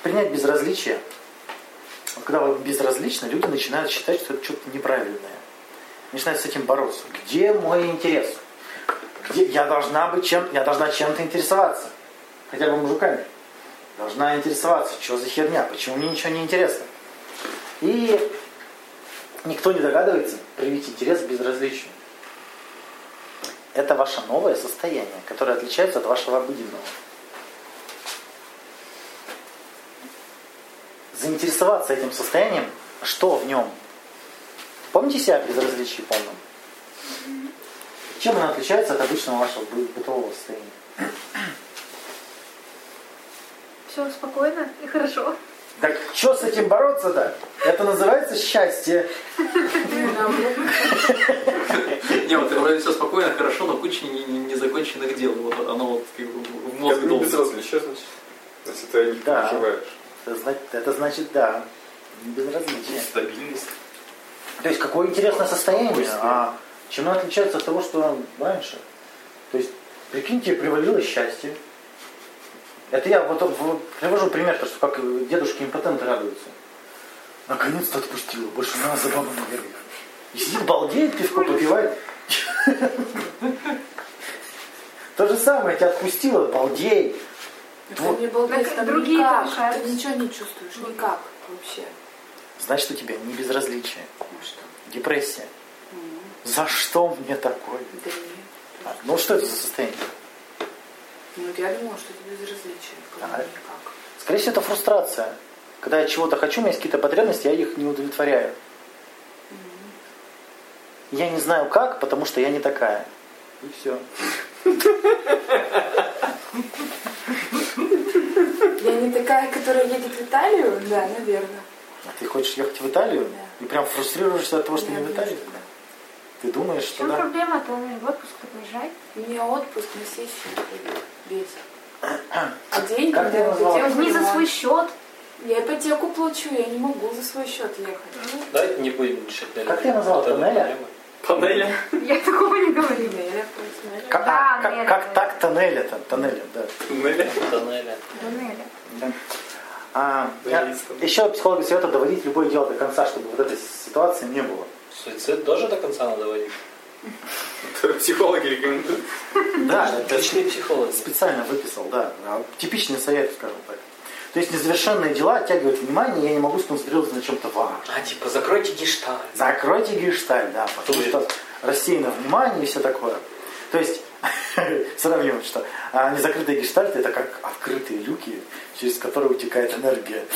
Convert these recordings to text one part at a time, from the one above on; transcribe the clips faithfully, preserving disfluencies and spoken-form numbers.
принять безразличие. Вот когда вы безразличны, люди начинают считать, что это что-то неправильное. Начинают с этим бороться. Где мой интерес? Где? Я должна быть чем, я должна чем-то интересоваться. Хотя бы мужиками. Должна интересоваться, что за херня, почему мне ничего не интересно. И никто не догадывается проявить интерес к безразличию. Это ваше новое состояние, которое отличается от вашего обыденного. Заинтересоваться этим состоянием, что в нем? Помните себя в безразличии полном? Чем оно отличается от обычного вашего бытового состояния? Все спокойно и хорошо. Так что с этим бороться-то? Это называется счастье. Не, вот вроде все спокойно, хорошо, но куча незаконченных дел. Вот оно вот в мозг долго. Это безразличие, значит. Если ты не переживаешь. Это значит, да, безразличие. Стабильность. То есть, какое интересное состояние, а чем оно отличается от того, что раньше? То есть, прикиньте, привалилось счастье. Это я вот, вот привожу пример, то, что как дедушки-импотенты радуются. Наконец-то отпустила, больше надо за бабу не бегать. И сидит, балдеет, пивко попивает. То же самое, тебя отпустило, балдей. Это не балдеть, там другие никак. Ты ничего не чувствуешь, никак вообще. Значит, у тебя не безразличие. Ну что? Депрессия. Mm-hmm. За что мне такое? Да нет. А, ну что это за состояние? Ну я думала, что это безразличие. А, никак. Скорее всего, это фрустрация. Когда я чего-то хочу, у меня есть какие-то потребности, я их не удовлетворяю. Mm-hmm. Я не знаю как, потому что я не такая. И все. Я не такая, которая едет в Италию? Да, наверное. А ты хочешь ехать в Италию? Да. И прям фрустрируешься от того, что Я не в Италии? да. Ты думаешь, В что чем да? проблема-то? В отпуск-то поезжай. У меня отпуск на сессию без. А деньги Как ты я назвала? ипотеку Возьми за взяла. свой счет. Я ипотеку плачу, я не могу за свой счет ехать. Давайте не будем решать. Как ты назвал? Тоннеля? Панеля? Я такого не говорила. Неля, просто, Как, Да, а, как, Неля. как так тоннеля-то? Тоннеля, да. Туннеля? Тоннеля. Туннеля. Да. А, я, еще психологи советуют доводить любое дело до конца, чтобы вот этой ситуации не было. Суицид тоже до конца надо доводить? Психологи рекомендуют. Да, это Отличный психолог. специально выписал, да. Типичный совет, скажем так. То есть незавершенные дела оттягивают внимание, я не могу сконцентрироваться на чем-то важном. А, типа, закройте гештальт. Закройте гештальт, да, потому что рассеяно внимание и все такое. То есть, сравним, что а, незакрытые гештальты это как открытые люки, через которые утекает энергия.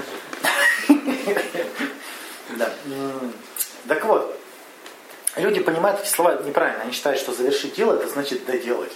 Да. Так вот, люди понимают эти слова неправильно. Они считают, что завершить дело это значит доделать.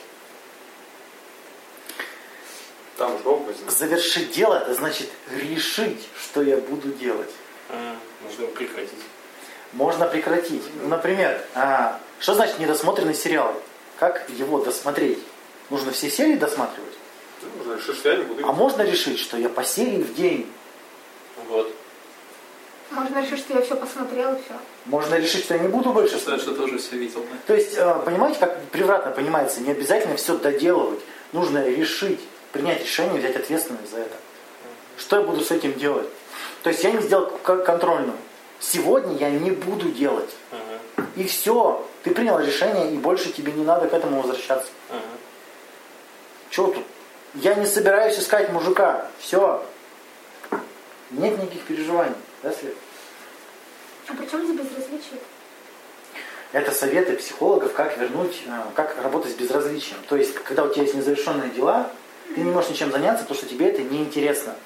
Там же образ. Завершить дело это значит решить, что я буду делать. А, нужно его прекратить. Можно прекратить. Ну, например, а, что значит недосмотренный сериал? Как его досмотреть? Нужно все серии досматривать? Ну, можно решить, что я не буду. А можно решить, что я по серии в день? Вот. Можно решить, что я все посмотрела и все. Можно решить, что я не буду больше Считаю, смотреть? что тоже все видел. Да? То есть, а, понимаете, как превратно понимается, не обязательно все доделывать. Нужно решить, принять решение, взять ответственность за это. Что я буду с этим делать? То есть я не сделал к- контрольную. Сегодня я не буду делать. Ага. И все. Ты принял решение, и больше тебе не надо к этому возвращаться. Ага. Чего тут? Я не собираюсь искать мужика. Все. Нет никаких переживаний. Да, Свет? А при чем здесь безразличие? Это советы психологов, как вернуть, э, как работать с безразличием. То есть, когда у тебя есть незавершенные дела, ты не можешь ничем заняться, потому что тебе это неинтересно.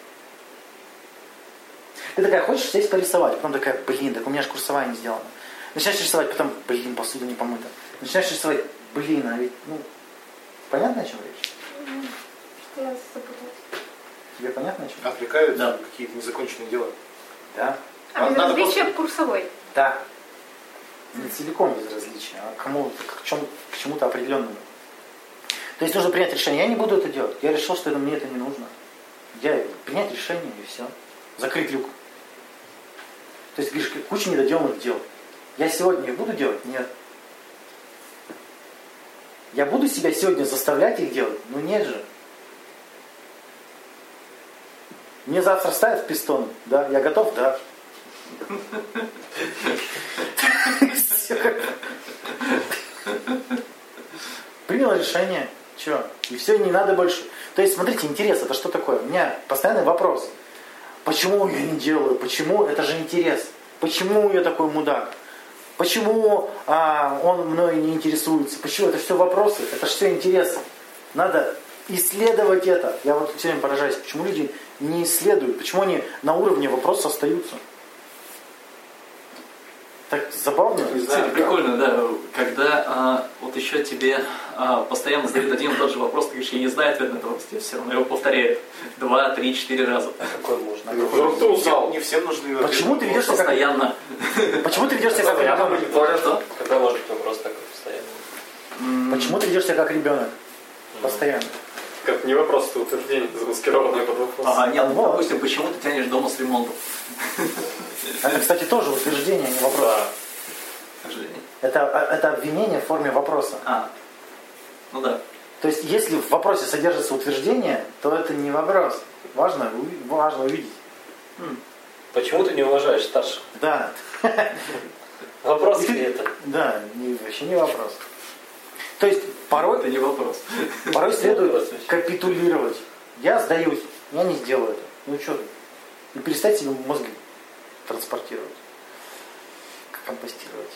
Ты такая, хочешь сесть порисовать, потом такая, блин, так у меня же курсовая не сделана. Начинаешь рисовать, потом, блин, посуда не помыта. Начинаешь рисовать, блин, а ведь, ну, понятно, о чем речь? Что я запуталась. Тебе понятно, о чем? Отвлекают Да. какие-то незаконченные дела. Да. А А, надо безразличие просто- курсовой. Да. Не целиком безразличие, а кому, к, чему, к чему-то определенному. То есть нужно принять решение. Я не буду это делать. Я решил, что это, мне это не нужно. Я принять решение и все. Закрыть люк. То есть, говоришь, куча недоделанных дел. Я сегодня их буду делать? Нет. Я буду себя сегодня заставлять их делать? Ну нет же. Мне завтра ставят в пистон, да, я готов, да. Принял решение, что? И все, не надо больше. То есть, смотрите, интерес, это что такое? У меня постоянный вопрос. Почему я не делаю? Почему? Это же интерес. Почему я такой мудак? Почему а, он мной не интересуется? Почему? Это все вопросы, это же все интересы. Надо исследовать это. Я вот все время поражаюсь, почему люди не исследуют, почему они на уровне вопроса остаются. Так забавно. Не знаю, прикольно, да, когда а, вот еще тебе а, постоянно задают один и тот же вопрос, ты говоришь, я не знаю ответ на этот вопрос, тебе все равно его повторяют два, три, четыре раза. Какой можно? Ну, кто узнал? Не всем нужны Почему ты ведешь себя как... Постоянно. Почему ты ведешь себя как Постоянно ребенок? будет что? Какой может быть вопрос такой постоянно? Почему ты ведешь себя как ребенок? Постоянно. Как не вопрос, это утверждение, замаскированное под вопрос. Ага, нет, ну, Вот. допустим, почему ты тянешь дома с ремонтом? Это, кстати, тоже утверждение, а не вопрос. Да. К сожалению. Это, это обвинение в форме вопроса. А, ну да. То есть, если в вопросе содержится утверждение, то это не вопрос. Важно, у- важно увидеть. Почему ты не уважаешь старших? Да. Вопрос ли это? Да, не- вообще не вопрос. То есть, порой, Это не вопрос. порой следует вопрос вообще. капитулировать. Я сдаюсь, я не сделаю это. Ну что ты? И перестать себе мозги транспортировать. Компостировать.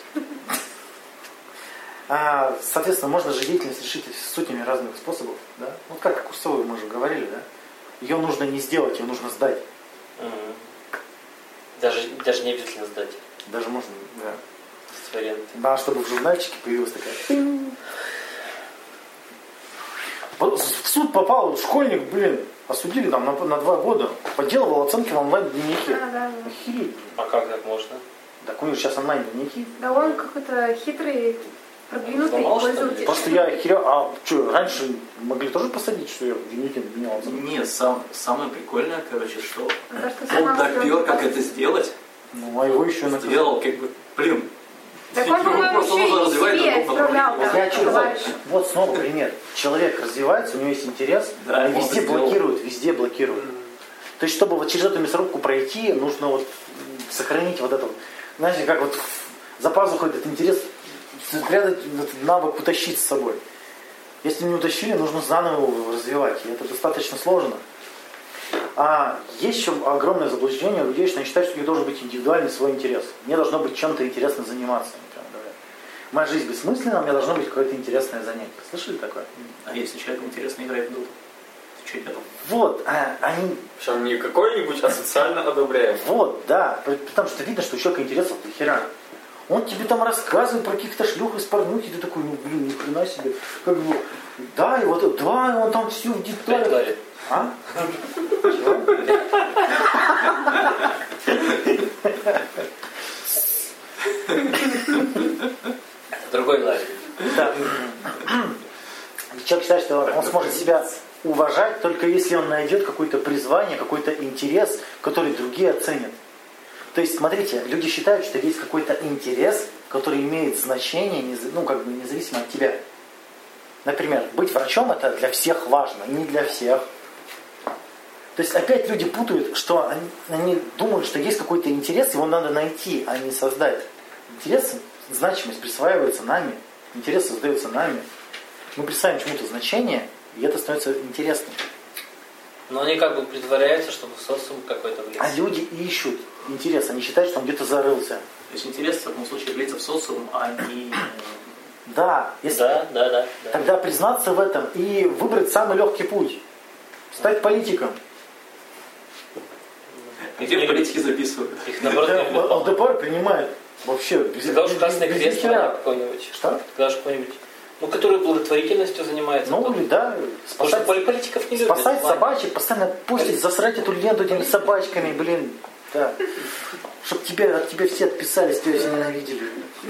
А, соответственно, можно же деятельность решить сотнями разных способов. Да? Вот как курсовую мы же говорили, да? Ее нужно не сделать, ее нужно сдать. Мгм. Даже, даже не обязательно сдать. Даже можно, да. Есть варианты. Да, чтобы в журнальчике появилась такая. «Тынь». По- В суд попал школьник, блин, осудили там на, на два года. Подделывал оценки в онлайн-дневнике. Да, да, да. Охереть. А как так можно? Так у них сейчас онлайн-дневники. Да он какой-то хитрый, продвинутый Сломал, что ли? пользователь. Просто я охерел. А что, раньше могли тоже посадить, что я в дневнике менял оценки? Не, сам, самое прикольное, короче, что За что сама он допер, сделала. как это сделать, Ну, а его еще наказали. сделал, как бы, блин. Так он, его по-моему, просто нужно еще и развивать в себе другом исправлял. направлении. Я да, чё, вот, товарища. вот снова пример. Человек развивается, у него есть интерес, Да, а он везде это сделал. блокирует, везде блокирует. То есть, чтобы вот через эту мясорубку пройти, нужно вот сохранить вот это вот. Знаете, как вот за пазухой этот интерес спрятать, этот навык утащить с собой. Если не утащили, нужно заново его развивать. И это достаточно сложно. А есть еще огромное заблуждение у людей, что они считают, что у них должен быть индивидуальный свой интерес. Мне должно быть чем-то интересно заниматься. они прям говорят. Моя жизнь бессмысленна, у меня должно быть какое-то интересное занятие. Слышали такое? А если человеку интересно играть в доту, то что делать? Вот, а, они, Причем не какой-нибудь, а социально одобряемый. вот, да, при- потому что видно, что у человека интересов до хера. Он тебе там рассказывает про каких-то шлюх из порнухи, ты такой, ну блин, ни хрена себе. Как бы, да, и вот, да, и он там все в деталях. Дарит. А? Другой лагерь. Да. Человек считает, что он сможет себя уважать, только если он найдет какое-то призвание, какой-то интерес, который другие оценят. То есть, смотрите, люди считают, что есть какой-то интерес, который имеет значение, нез- ну, как бы независимо от тебя. Например, быть врачом это для всех важно, не для всех. То есть опять люди путают, что они, они думают, что есть какой-то интерес, его надо найти, а не создать. Интерес, значимость присваивается нами, интерес создается нами. Мы присваиваем чему-то значение, и это становится интересным. Но они как бы притворяются, чтобы в социум какой-то влез. А люди ищут интерес, они считают, что он где-то зарылся. То есть интерес в таком случае влиться в социум, а не... Да, если Да, да, да. да. тогда признаться в этом и выбрать самый легкий путь. Стать политиком. Где в политике записывают? Их наоборот не любят. ЛДПР принимает вообще без, Тогда уж без- Красный без Крест нихера. какой-нибудь. Что? Тогда уж какой-нибудь. Ну, который благотворительностью занимается. Ну, тот. да, Потому что спасать, поли- политиков не любят. спасать Ладно. собачек, постоянно постить, засрать эту ленту этими собачками, блин. Да. Чтоб тебя, от тебя все отписались, тебя все ненавидели.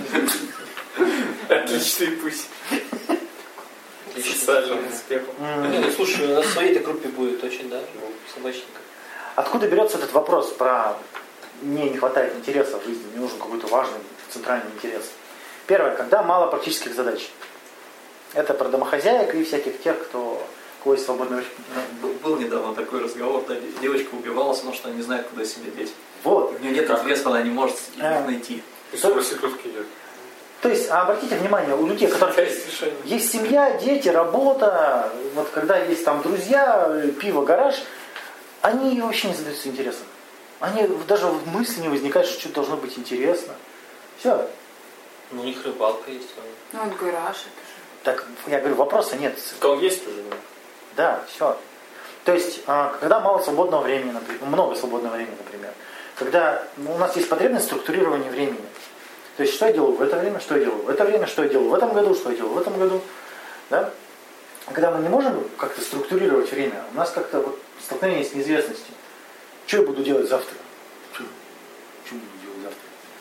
Отличный путь. Отлично. Социальным успехом. Не, ну, слушай, у нас в своей-то группе будет очень, да, собачников. Откуда берется этот вопрос про мне не хватает интереса в жизни, мне нужен какой-то важный центральный интерес? Первое, когда мало практических задач. Это про домохозяек и всяких тех, кто кого есть свободное время. Был, был недавно такой разговор, да, девочка убивалась, потому что она не знает, куда себя деть. Вот. У нее нет интереса, она не может их А. найти. И с проститутки идет. То есть, а обратите внимание, у людей, которых Есть решение. есть семья, дети, работа, вот когда есть там друзья, пиво, гараж, они вообще не задаются интересом. Они даже в мысли не возникает, что что-то должно быть интересно. Все. Ну, у них рыбалка есть. Ну, вот гараж, это же. Так, я говорю, вопроса нет. Так он есть уже, да? Да, все. То есть, а, когда мало свободного времени, например, много свободного времени, например, когда ну, у нас есть потребность структурирования времени. То есть, что я делаю в это время, что я делаю в это время, что я делаю в этом году, что я делаю в этом году. Да? Когда мы не можем как-то структурировать время, у нас как-то вот столкновение с неизвестностью. Что я буду делать завтра? Что, что буду делать завтра?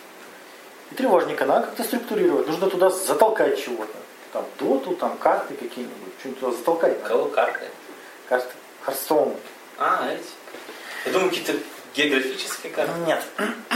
И тревожника надо как-то структурировать. Нужно туда затолкать чего-то. Там доту, там карты какие-нибудь. Что-нибудь туда затолкать надо. Кого карты? Карты. Харстоун. А, эти. Я думаю, какие-то географические карты. Нет.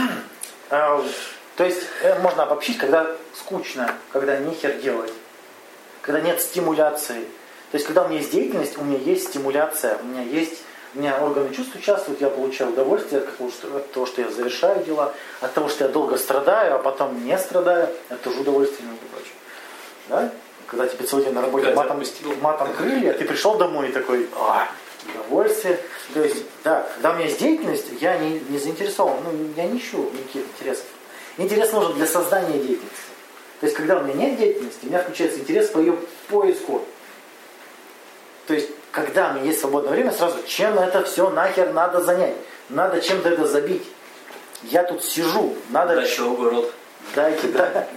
А, То есть э, можно обобщить, когда скучно, когда нехер делать, когда нет стимуляции. То есть когда у меня есть деятельность, у меня есть стимуляция, у меня есть, у меня органы чувств участвуют, я получаю удовольствие от, от того, что я завершаю дела, от того, что я долго страдаю, а потом не страдаю, это тоже удовольствие, между прочим. Да? Когда тебе целый день на работе матом, матом крылья, ты пришел домой и такой, а, удовольствие. То есть, да, когда у меня есть деятельность, я не, не заинтересован, ну, я не ищу никаких интересов. Интерес нужен для создания деятельности. То есть, когда у меня нет деятельности, у меня включается интерес по ее поиску. То есть, когда у меня есть свободное время, сразу, чем это все нахер надо занять? Надо чем-то это забить. Я тут сижу, надо... Дальше огород. Дайте, да.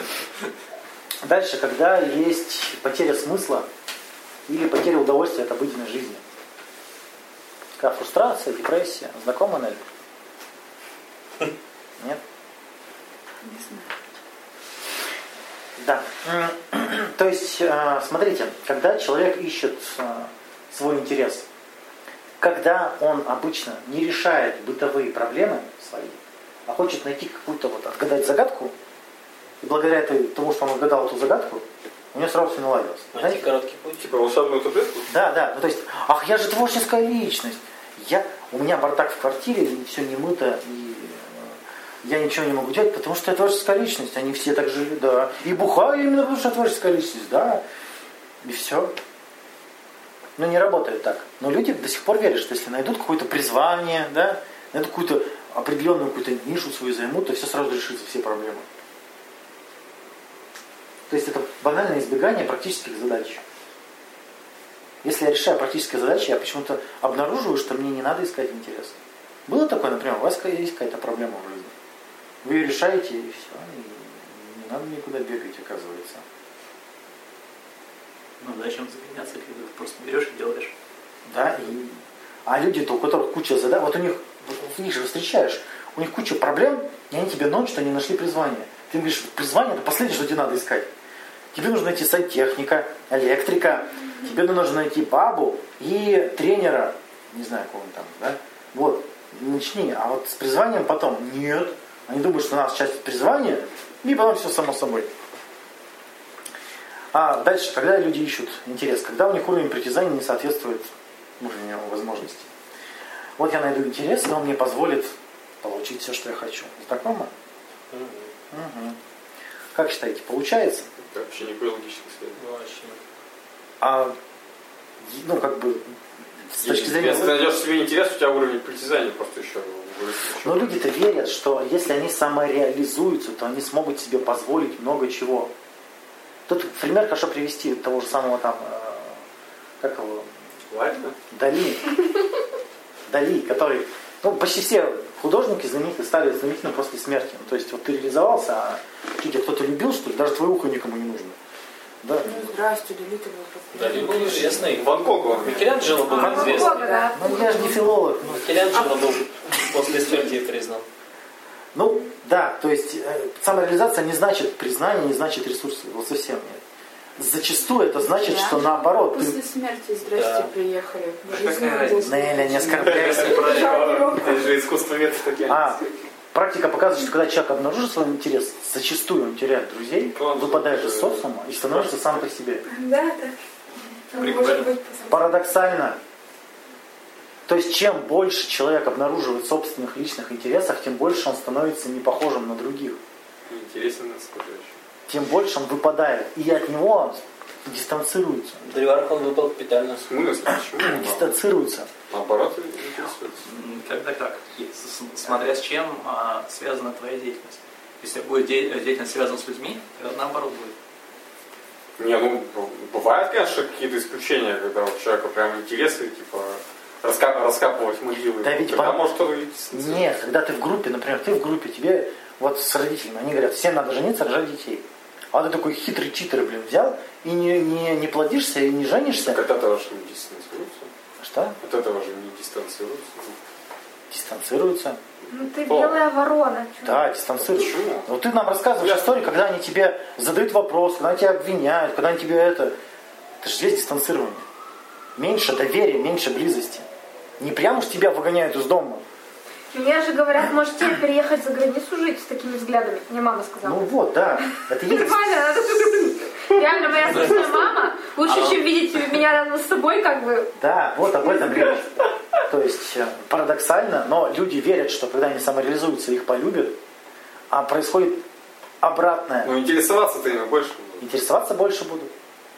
Дальше, когда есть потеря смысла или потеря удовольствия от обыденной жизни. Такая фрустрация, депрессия. Знакома, Нелли? Нет? Не знаю. Да. То есть, смотрите, когда человек ищет свой интерес, когда он обычно не решает бытовые проблемы свои, а хочет найти какую-то вот, отгадать загадку, и благодаря тому, что он отгадал эту загадку, у него сразу все наладилось. Найти короткий путь. Типа волшебную таблетку? Да, да. Ну, то есть, ах, я же творческая личность. Я, у меня бардак в квартире, и все не мыто, и я ничего не могу делать, потому что я творческая личность. Они все так жили, да. И бухаю именно потому, что я творческая личность, да. И все. Но не работает так. Но люди до сих пор верят, что если найдут какое-то призвание, да, найдут какую-то определенную какую-то нишу свою займут, то все сразу решится, все проблемы. То есть это банальное избегание практических задач. Если я решаю практические задачи, я почему-то обнаруживаю, что мне не надо искать интерес. Было такое, например, у вас есть какая-то проблема в жизни. Вы ее решаете, и все. И не надо никуда бегать, оказывается. Ну зачем загоняться, когда ты просто берешь и делаешь. Да, и... А люди-то, у которых куча задач, вот у них, вот у них же встречаешь, у них куча проблем, и они тебе ноют, что они нашли призвание. Ты им говоришь, призвание это последнее, что тебе надо искать. Тебе нужно найти сантехника, электрика, тебе нужно найти бабу и тренера, не знаю, кого он там, да? Вот, начни, а вот с призванием потом. Нет. Они думают, что у нас часть призвания, и потом все само собой. А дальше, когда люди ищут интерес, когда у них уровень притязаний не соответствует уровню возможностей. Вот я найду интерес, и он мне позволит получить все, что я хочу. Знакомо? Угу. Угу. Как считаете, получается? Это вообще никакой логической связи. Ну, вообще. А, ну, как бы, с точки зрения... Если ты найдешь себе интерес, у тебя уровень притязаний просто еще. Но люди-то верят, что если они самореализуются, то они смогут себе позволить много чего. Тут пример хорошо привести того же самого там, как его, Ладно. Дали. Дали, который, ну, почти все художники знаменитые стали знаменитыми после смерти. То есть вот ты реализовался, а тебя кто-то любил, что ли, даже твое ухо никому не нужно. Да? Ну, здрасте, Дали-то был Дали был известный. Ван Гог. Микеланджело был Ван Гог, известный. да. Ну, я же не филолог. Микеланджело был после смерти признан. Ну, да, то есть э, самореализация не значит признание, не значит ресурсы. Вот совсем нет. Зачастую это значит, что наоборот. После Ты... смерти, здрасте, Да. приехали. В Да жизни какая надеюсь, Неля, не оскорбляйся. Это же искусство вет такие. А, практика показывает, что когда человек обнаружит свой интерес, зачастую он теряет друзей, Он выпадает из же- социума и становится сам по себе. Да, да. Ну, Прикольно. может быть, по- Парадоксально. То есть чем больше человек обнаруживает собственных личных интересов, тем больше он становится не похожим на других. Интересен насколько еще. Тем больше он выпадает. И от него дистанцируется. Дриварх он выпал капитально. В смысле? Почему? он, Дистанцируется. Наоборот, интересуется. М, Когда как? И с- Смотря с чем а, связана твоя деятельность. Если будет де- деятельность связана с людьми, тогда наоборот будет. Не, ну, б- бывают, конечно, какие-то исключения, когда у человека прям интересы, типа, раска- раскапывать могилы. Да ведь Тогда по- может кто-то и дистанцируется. Нет, когда ты в группе, например, ты в группе, тебе вот с родителями, они говорят, всем надо жениться, рожать детей. А ты такой хитрый читер, блин, взял и не, не, не плодишься, и не женишься. Так от этого же не дистанцируется. Что? От этого же не дистанцируется. Дистанцируются. Ну ты О. белая ворона. чё? Да, дистанцируются. Почему? Ну ты нам рассказываешь историю, когда они тебе задают вопрос, когда они тебя обвиняют, когда они тебе это... Это же есть дистанцирование. Меньше доверия, меньше близости. Не прямо уж тебя выгоняют из дома. Мне же говорят, можете переехать за границу жить с такими взглядами. Мне мама сказала. Ну вот, да. Это есть. Нормально, надо. Реально, моя собственная мама лучше, чем видеть меня рядом с собой, как бы. Да, вот об этом речь. То есть э, парадоксально, но люди верят, что когда они самореализуются, их полюбят, а происходит обратное. Ну, интересоваться-то ими больше будет. Интересоваться больше будут.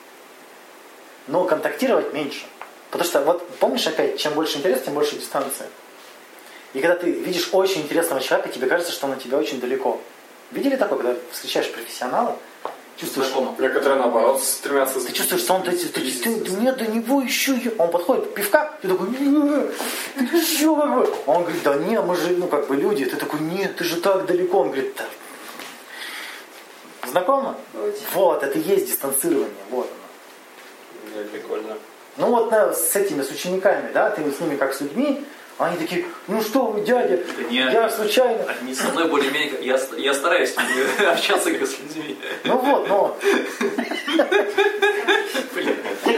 Но контактировать меньше. Потому что, вот помнишь опять, чем больше интерес, тем больше дистанция. И когда ты видишь очень интересного человека, тебе кажется, что он от тебя очень далеко. Видели такое, когда встречаешь профессионала, чувствуешь, Знакомо. Некоторые, наоборот, стремятся... ты чувствуешь, что он, ты, ты, ты, ты- мне до него еще, е- он подходит, пивка, ты такой, «Не, ты че, как бы?» Он говорит, да не, мы же, ну, как бы люди, ты такой, нет, ты же так далеко, он говорит, да. Знакомо? Очень. Вот, это и есть дистанцирование, вот оно. Прикольно. Ну вот на- с этими, с учениками, да, ты с ними как с людьми, они такие, ну что вы, дядя, Это не я они. случайно. Они со мной более-менее... как- Я, ст- я стараюсь общаться как с людьми. Ну вот, ну, Блин.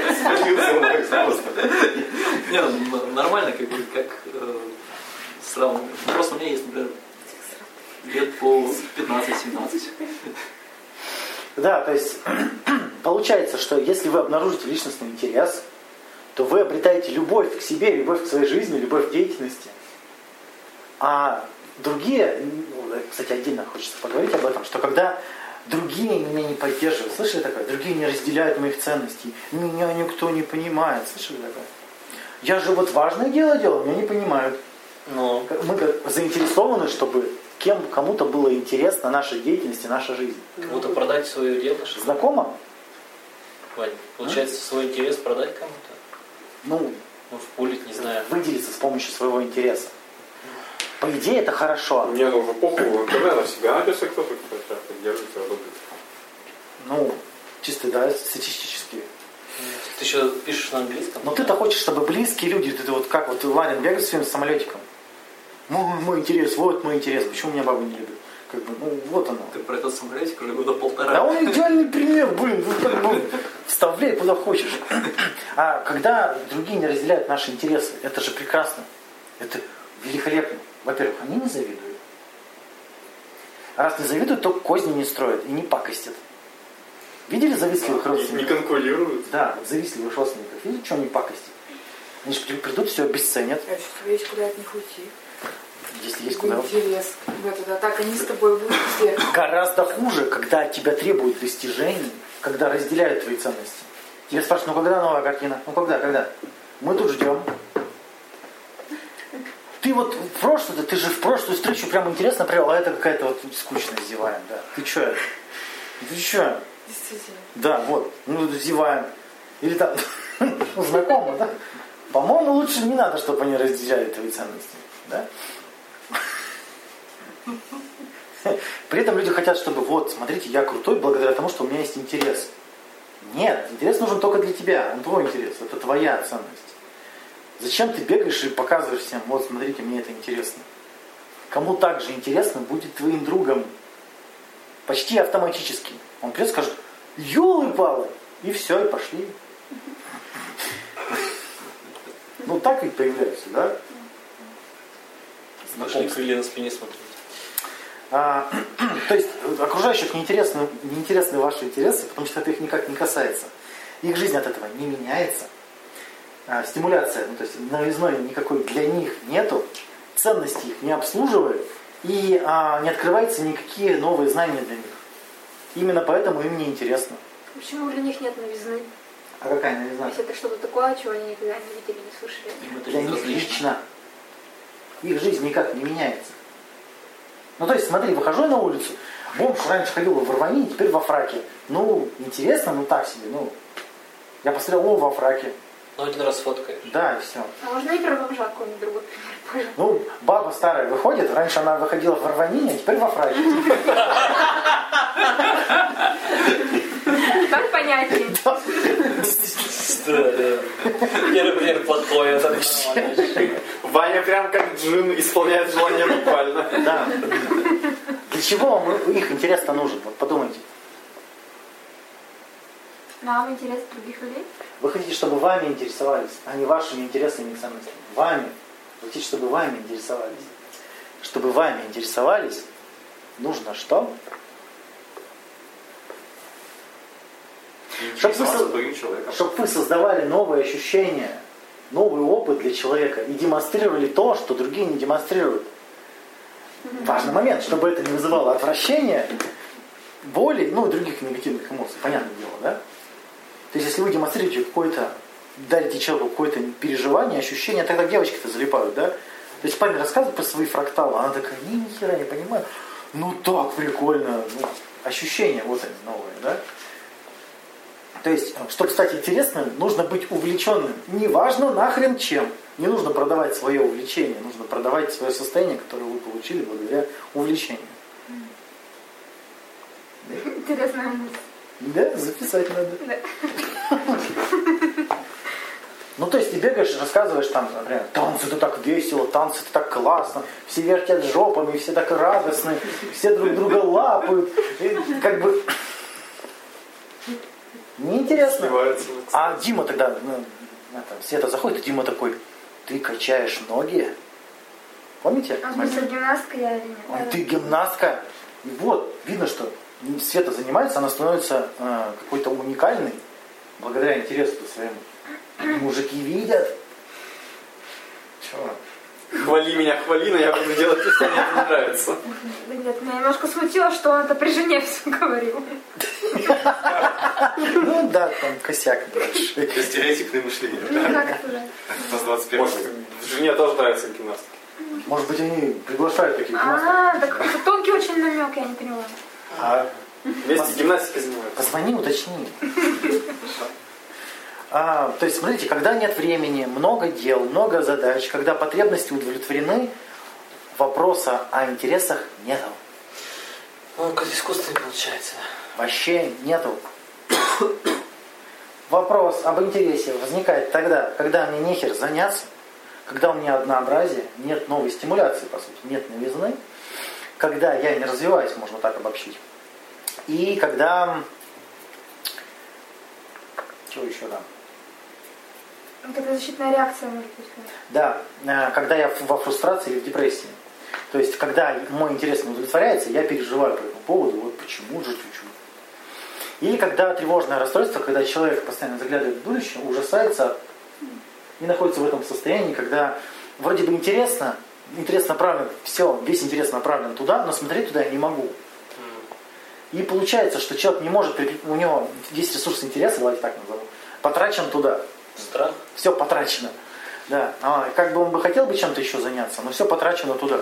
Не, ну, н- нормально, как бы, как э, сравнивать. Просто у меня есть, например, лет по пятнадцать-семнадцать. да, то есть получается, что если вы обнаружите личностный интерес, то вы обретаете любовь к себе, любовь к своей жизни, любовь к деятельности. А другие, ну, кстати, отдельно хочется поговорить об этом, что когда другие меня не поддерживают, слышали такое? Другие не разделяют моих ценностей, меня никто не понимает, слышали такое? Я же вот важное дело делаю, меня не понимают. Ну, Мы как заинтересованы, чтобы кем, кому-то было интересна наша деятельность и наша жизнь. кому-то продать свое дело, что ли? Знакомо? Вань, получается, свой интерес продать кому-то? Ну, Ну, впулить, не знаю. выделиться с помощью своего интереса. По идее, это хорошо. Мне ну, в эпоху интернета всегда найдется кто-то, кто тебя поддержит, тебя одобрит. Ну, чисто, да, статистически. Ты еще пишешь на английском? Но ты-то хочешь, чтобы близкие люди, ты вот как вот Ларин бегает своим самолетиком. Мой, мой интерес, вот мой интерес, почему меня бабы не любят? Как бы, ну, вот оно. Ты про этот самолетик уже года полтора. Да он идеальный пример, блин, ну, как бы, вставляй куда хочешь. А когда другие не разделяют наши интересы, это же прекрасно. Это великолепно. Во-первых, они не завидуют. А раз не завидуют, то козни не строят и не пакостят. Видели завистливых Не родственников? конкурируют. Да, завистливых родственников. Видите, что они пакостят? Они же придут, все обесценят. А что тебе есть куда от них уйти? Если есть куда. Интерес. В этот, а так они с тобой будут все. Гораздо хуже, когда от тебя требуют достижений, когда разделяют твои ценности. Тебе спрашивают, ну когда новая картина? Ну когда, когда? Мы тут ждем. Ты вот в прошлое, ты же в прошлую встречу прям интересно привел, а это какая-то вот скучная зеваем, да. Ты что? Ты что? Действительно. Да, вот, ну зеваем. Или там, ну, знакомо, да? По-моему, лучше не надо, чтобы они разделяли твои ценности, да? При этом люди хотят, чтобы вот, смотрите, я крутой благодаря тому, что у меня есть интерес. Нет, интерес нужен только для тебя, он твой интерес, это твоя ценность. Зачем ты бегаешь и показываешь всем, вот, смотрите, мне это интересно. Кому также интересно, будет твоим другом. Почти автоматически. Он придет и скажет, ёлы-палы, и все, и пошли. Ну так ведь появляются, да? Пошли крылья на спине смотреть. А, то есть окружающих неинтересны, неинтересны ваши интересы, потому что это их никак не касается. их жизнь от этого не меняется, а, стимуляция, ну, то есть новизной никакой для них нету, ценности их не обслуживают, и а, не открываются никакие новые знания для них. Именно поэтому им не интересно. Почему для них нет новизны? А какая То новизна? есть это что-то такое, чего они никогда не видели, не слышали. Им это Для них безразлично. лично. Их жизнь никак не меняется. Ну, то есть, смотри, выхожу на улицу, бомж раньше ходил в рвани, теперь во фраке. Ну, интересно, ну так себе, ну. Я посмотрел, о, во фраке. Ну, один раз фоткаешь. Да, и все. А можно и про бомжа какой-нибудь другой пример? Ну, баба старая выходит, раньше она выходила в рванине, а теперь во фраке. Так понятнее. Да, да. Первый пример плохой, это нормально. Ваня прям как джин исполняет желание буквально. Да. Для чего вам их интерес-то нужен? Вот подумайте. Нам интерес других людей? Вы хотите, чтобы вами интересовались, а не вашими интересами и ценностями. Вами. Вы хотите, чтобы вами интересовались. Чтобы вами интересовались, нужно что? Чтобы вы, со- другим человеком. чтоб вы создавали новые ощущения, новый опыт для человека и демонстрировали то, что другие не демонстрируют. Важный момент, чтобы это не вызывало отвращения, боли, ну и других негативных эмоций. Понятное дело, да? То есть, если вы демонстрируете какое-то, дарите человеку какое-то переживание, ощущение, тогда девочки-то залипают, да? То есть, парень рассказывает про свои фракталы, она такая, ни, ни хера не понимаю. Ну так прикольно. Ну, ощущения вот они новые, да? То есть, чтобы стать интересным, нужно быть увлеченным. Неважно нахрен чем. Не нужно продавать свое увлечение, нужно продавать свое состояние, которое вы получили благодаря увлечению. Интересная мысль. Да, записать надо. Да. Ну, то есть ты бегаешь и рассказываешь там, например, танцы это так весело, танцы это так классно, все вертят жопами, все так радостны, все друг друга лапают. И как бы неинтересно. А Дима тогда, ну, это, Света заходит, и Дима такой, ты качаешь ноги? Помните? А в смысле, гимнастка я или нет? Он, ты гимнастка. И вот, видно, что Света занимается, она становится э, какой-то уникальной, благодаря интересу своему. Мужики видят. Чего? Хвали меня, хвали, но я буду делать то, что мне не нравится. Да нет, меня немножко смутило, что он это при жене все говорил. Ну да, там косяк большой. Это стереотипное мышление. Ну, как-то да. У нас двадцать первый Может, жене тоже нравится гимнастика. Может быть, они приглашают таких гимнастов. А, так это тонкий очень намек, я не поняла. А Вместе гимнастикой занимаются. позвони, уточни. А, то есть, смотрите, когда нет времени, много дел, много задач, когда потребности удовлетворены, вопроса о интересах нету. Ну, как искусственный получается. Вообще нету. Вопрос об интересе возникает тогда, когда мне нехер заняться, когда у меня однообразие, нет новой стимуляции, по сути, нет новизны, когда я не развиваюсь, можно так обобщить. И когда... Чего еще там? Вот это защитная реакция, может быть. Да, э, когда я во фрустрации или в депрессии. То есть, когда мой интерес не удовлетворяется, я переживаю по этому поводу, вот почему же чуть-чуть. Или когда тревожное расстройство, когда человек постоянно заглядывает в будущее, ужасается и находится в этом состоянии, когда вроде бы интересно, интерес направлен, все, весь интерес направлен туда, но смотреть туда я не могу. И получается, что человек не может, у него весь ресурс интереса, давайте так назовем, потрачен туда. Страх? Все потрачено. Да. А, как бы он бы хотел бы чем-то еще заняться, но все потрачено туда.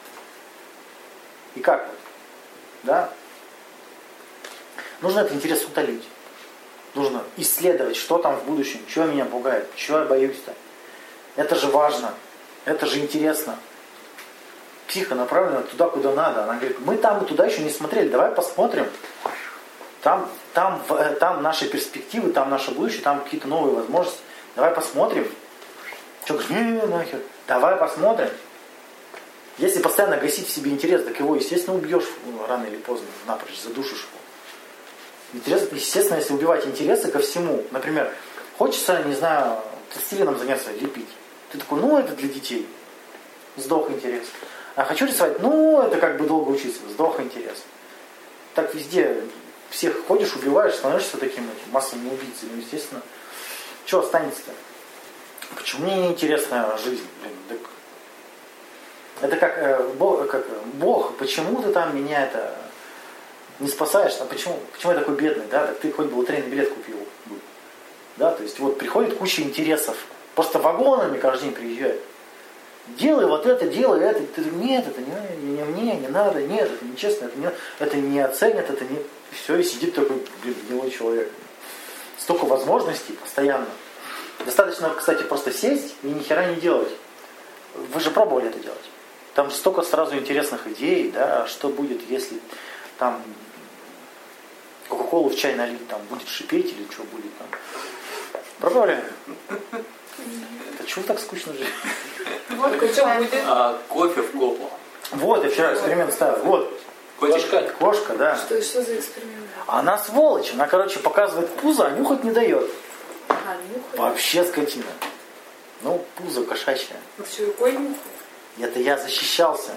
И как вот? Да? Нужно этот интерес утолить. Нужно исследовать, что там в будущем, что меня пугает, чего я боюсь-то. Это же важно. Это же интересно. Психа направлена туда, куда надо. Она говорит, мы там и туда еще не смотрели, давай посмотрим. Там, там, там наши перспективы, там наше будущее, там какие-то новые возможности. Давай посмотрим. Что говоришь, не, нахер. Давай посмотрим. Если постоянно гасить в себе интерес, так его, естественно, убьешь рано или поздно, напрочь, задушишь его. Интерес, естественно, если убивать интересы ко всему, например, хочется, не знаю, пластилином заняться, лепить. Ты такой, ну, это для детей. Сдох интерес. А хочу рисовать, ну, это как бы долго учиться. Сдох интерес. Так везде всех ходишь, убиваешь, становишься таким этим массовым убийцей. Ну, естественно, что останется-то? Почему мне неинтересна жизнь? Блин, так... Это как, э, Бог, как Бог, почему ты там меня это не спасаешь? А почему, почему я такой бедный? Да? Так ты хоть бы лотерейный билет купил. Да? То есть вот приходит куча интересов. Просто вагонами каждый день приезжают. Делай вот это, делай это. Ты говоришь, нет, это не, не мне, не надо, нет, это нечестно, это не, это не оценят, это не... И все, и сидит такой, блин, гнилой человек. Столько возможностей постоянно. Достаточно, кстати, просто сесть и ни хера не делать. Вы же пробовали это делать. Там же столько сразу интересных идей, да, что будет, если там Кока-колу в чай налить, там будет шипеть или что будет там. Пробовали? Да чего так скучно жить? Вот что будет. А, кофе в копу. Вот, я вчера эксперимент ставил. Вот. Кошка. Кошка, да. Что, что за эксперимент? Она сволочь. Она, короче, показывает пузо, а нюхать не дает. А, нюхай. Вообще скотина. Ну, пузо кошачье. Ну, что, рукой нюхай? Это я защищался.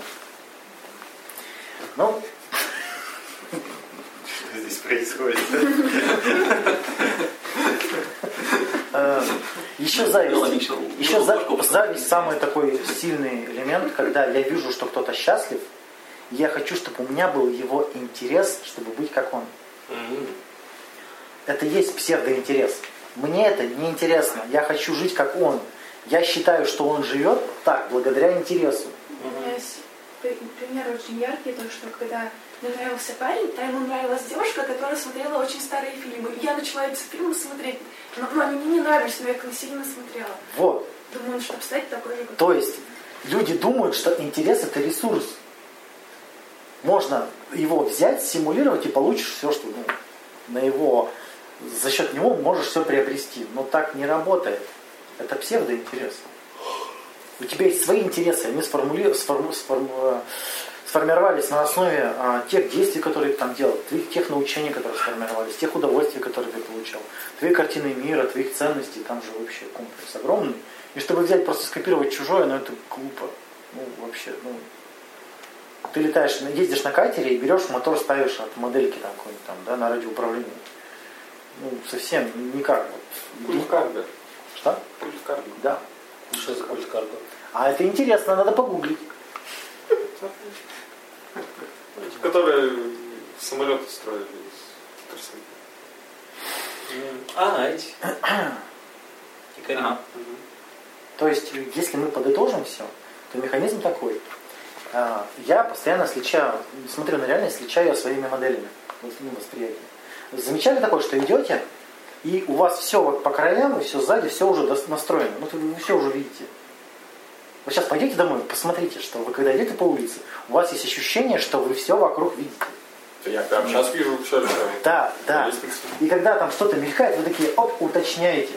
Ну, Что здесь происходит? еще зависть. Еще за- зависть самый такой сильный элемент, когда я вижу, что кто-то счастлив, и я хочу, чтобы у меня был его интерес, чтобы быть как он. Это и есть псевдоинтерес. Мне это не интересно. Я хочу жить как он. Я считаю, что он живет так, благодаря интересу. У меня есть при- пример очень яркий, то, что когда мне нравился парень, то ему нравилась девушка, которая смотрела очень старые фильмы. И я начала эти фильмы смотреть, но, но они мне не нравились, но я их сильно смотрела. Вот. Думаю, чтобы стать такой же, как То есть люди думают, что интерес это ресурс. Можно его взять, симулировать и получишь все, что ну, на его, за счет него можешь все приобрести. Но так не работает. Это псевдоинтерес. У тебя есть свои интересы, они сформули... сформу... сформу... сформировались на основе а, тех действий, которые ты там делал, твоих тех научений, которые сформировались, тех удовольствий, которые ты получал, твоей картины мира, твоих ценностей, там же вообще комплекс огромный. И чтобы взять, просто скопировать чужое, ну это глупо. Ну вообще, ну... Ты летаешь, ездишь на катере и берешь мотор, ставишь от модельки там какой-нибудь там, да, на радиоуправлении. Ну, совсем никак. Вот. Пульт карго. Что? Пульт карго. Да. Что за пульт карго? А это интересно, надо погуглить. Которые самолеты строили из торсовика. А, эти. Якоря. Ага. То есть, если мы подытожим все, то механизм такой. А, Я постоянно сличаю, смотрю на реальность, сличаю ее своими моделями восприятия. Замечали такое, что идете, и у вас все вот по краям, и все сзади, все уже дос- настроено. Ну, вы все уже видите. Вы сейчас пойдете домой, посмотрите, что вы когда идете по улице, у вас есть ощущение, что вы все вокруг видите. Я прямо сейчас вижу все это. Да, да. Есть мысли. И когда там что-то мелькает, вы такие, оп, уточняете.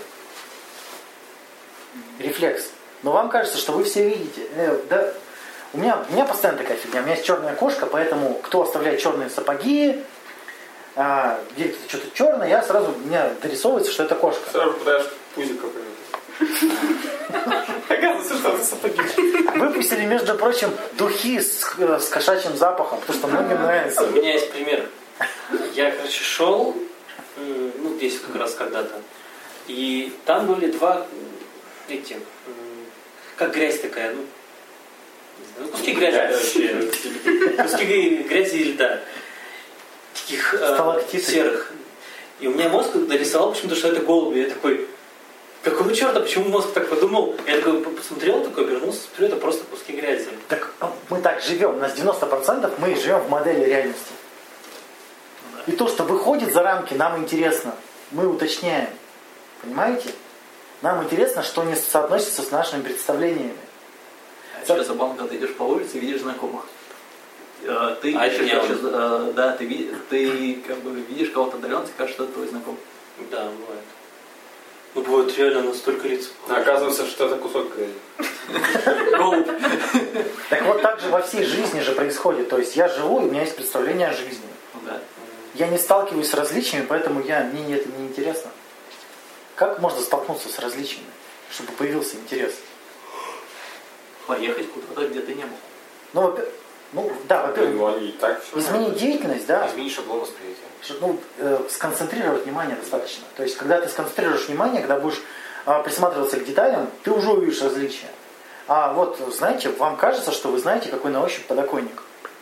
Рефлекс. Но вам кажется, что вы все видите. Э, да. У меня, у меня постоянно такая фигня. У меня есть черная кошка, поэтому кто оставляет черные сапоги, а, где то что-то черное, я сразу, у меня дорисовывается, что это кошка. Сразу пытаешься пузик какой-нибудь. Оказывается, что это сапоги. Выпустили, между прочим, духи с, с кошачьим запахом, потому что многим нравится. У меня есть пример. Я, короче, шел, м, ну, здесь как раз когда-то, и там были два, эти, м, как грязь такая, ну, не знаю, ну, куски грязи, короче, куски грязи и льда, таких э, Сталактиты. серых. И у меня мозг дорисовал почему-то, что это голуби. Я такой, какого черта, почему мозг так подумал? Я такой посмотрел, такой обернулся, смотрю, это просто куски грязи. Так мы так живем, у нас девяносто процентов мы живем в модели реальности. И то, что выходит за рамки, нам интересно. Мы уточняем. Понимаете? Нам интересно, что не соотносится с нашими представлениями. Сейчас забавно, когда ты идешь по улице и видишь знакомых. Э, Ты, А это ищешь, не он. сейчас, э, да, ты, ви- ты как бы видишь кого-то отдаленно, тебе кажется, что это твой знакомый. Да, бывает. Ну, бывает реально настолько лиц. А оказывается, что это кусок грязи. Голубь. Так вот так же во всей жизни же происходит. То есть я живу, и у меня есть представление о жизни. Да. Я не сталкиваюсь с различиями, поэтому я, мне это не интересно. Как можно столкнуться с различиями, чтобы появился интерес? Поехать куда-то, где ты не был. Ну, во- Ну, да, во-первых, Ну, они и так все. изменить деятельность, да, Измени шаблон восприятия. ну, э, сконцентрировать внимание достаточно. То есть, когда ты сконцентрируешь внимание, когда будешь э, присматриваться к деталям, ты уже увидишь различия. А вот, знаете, вам кажется, что вы знаете, какой на ощупь подоконник?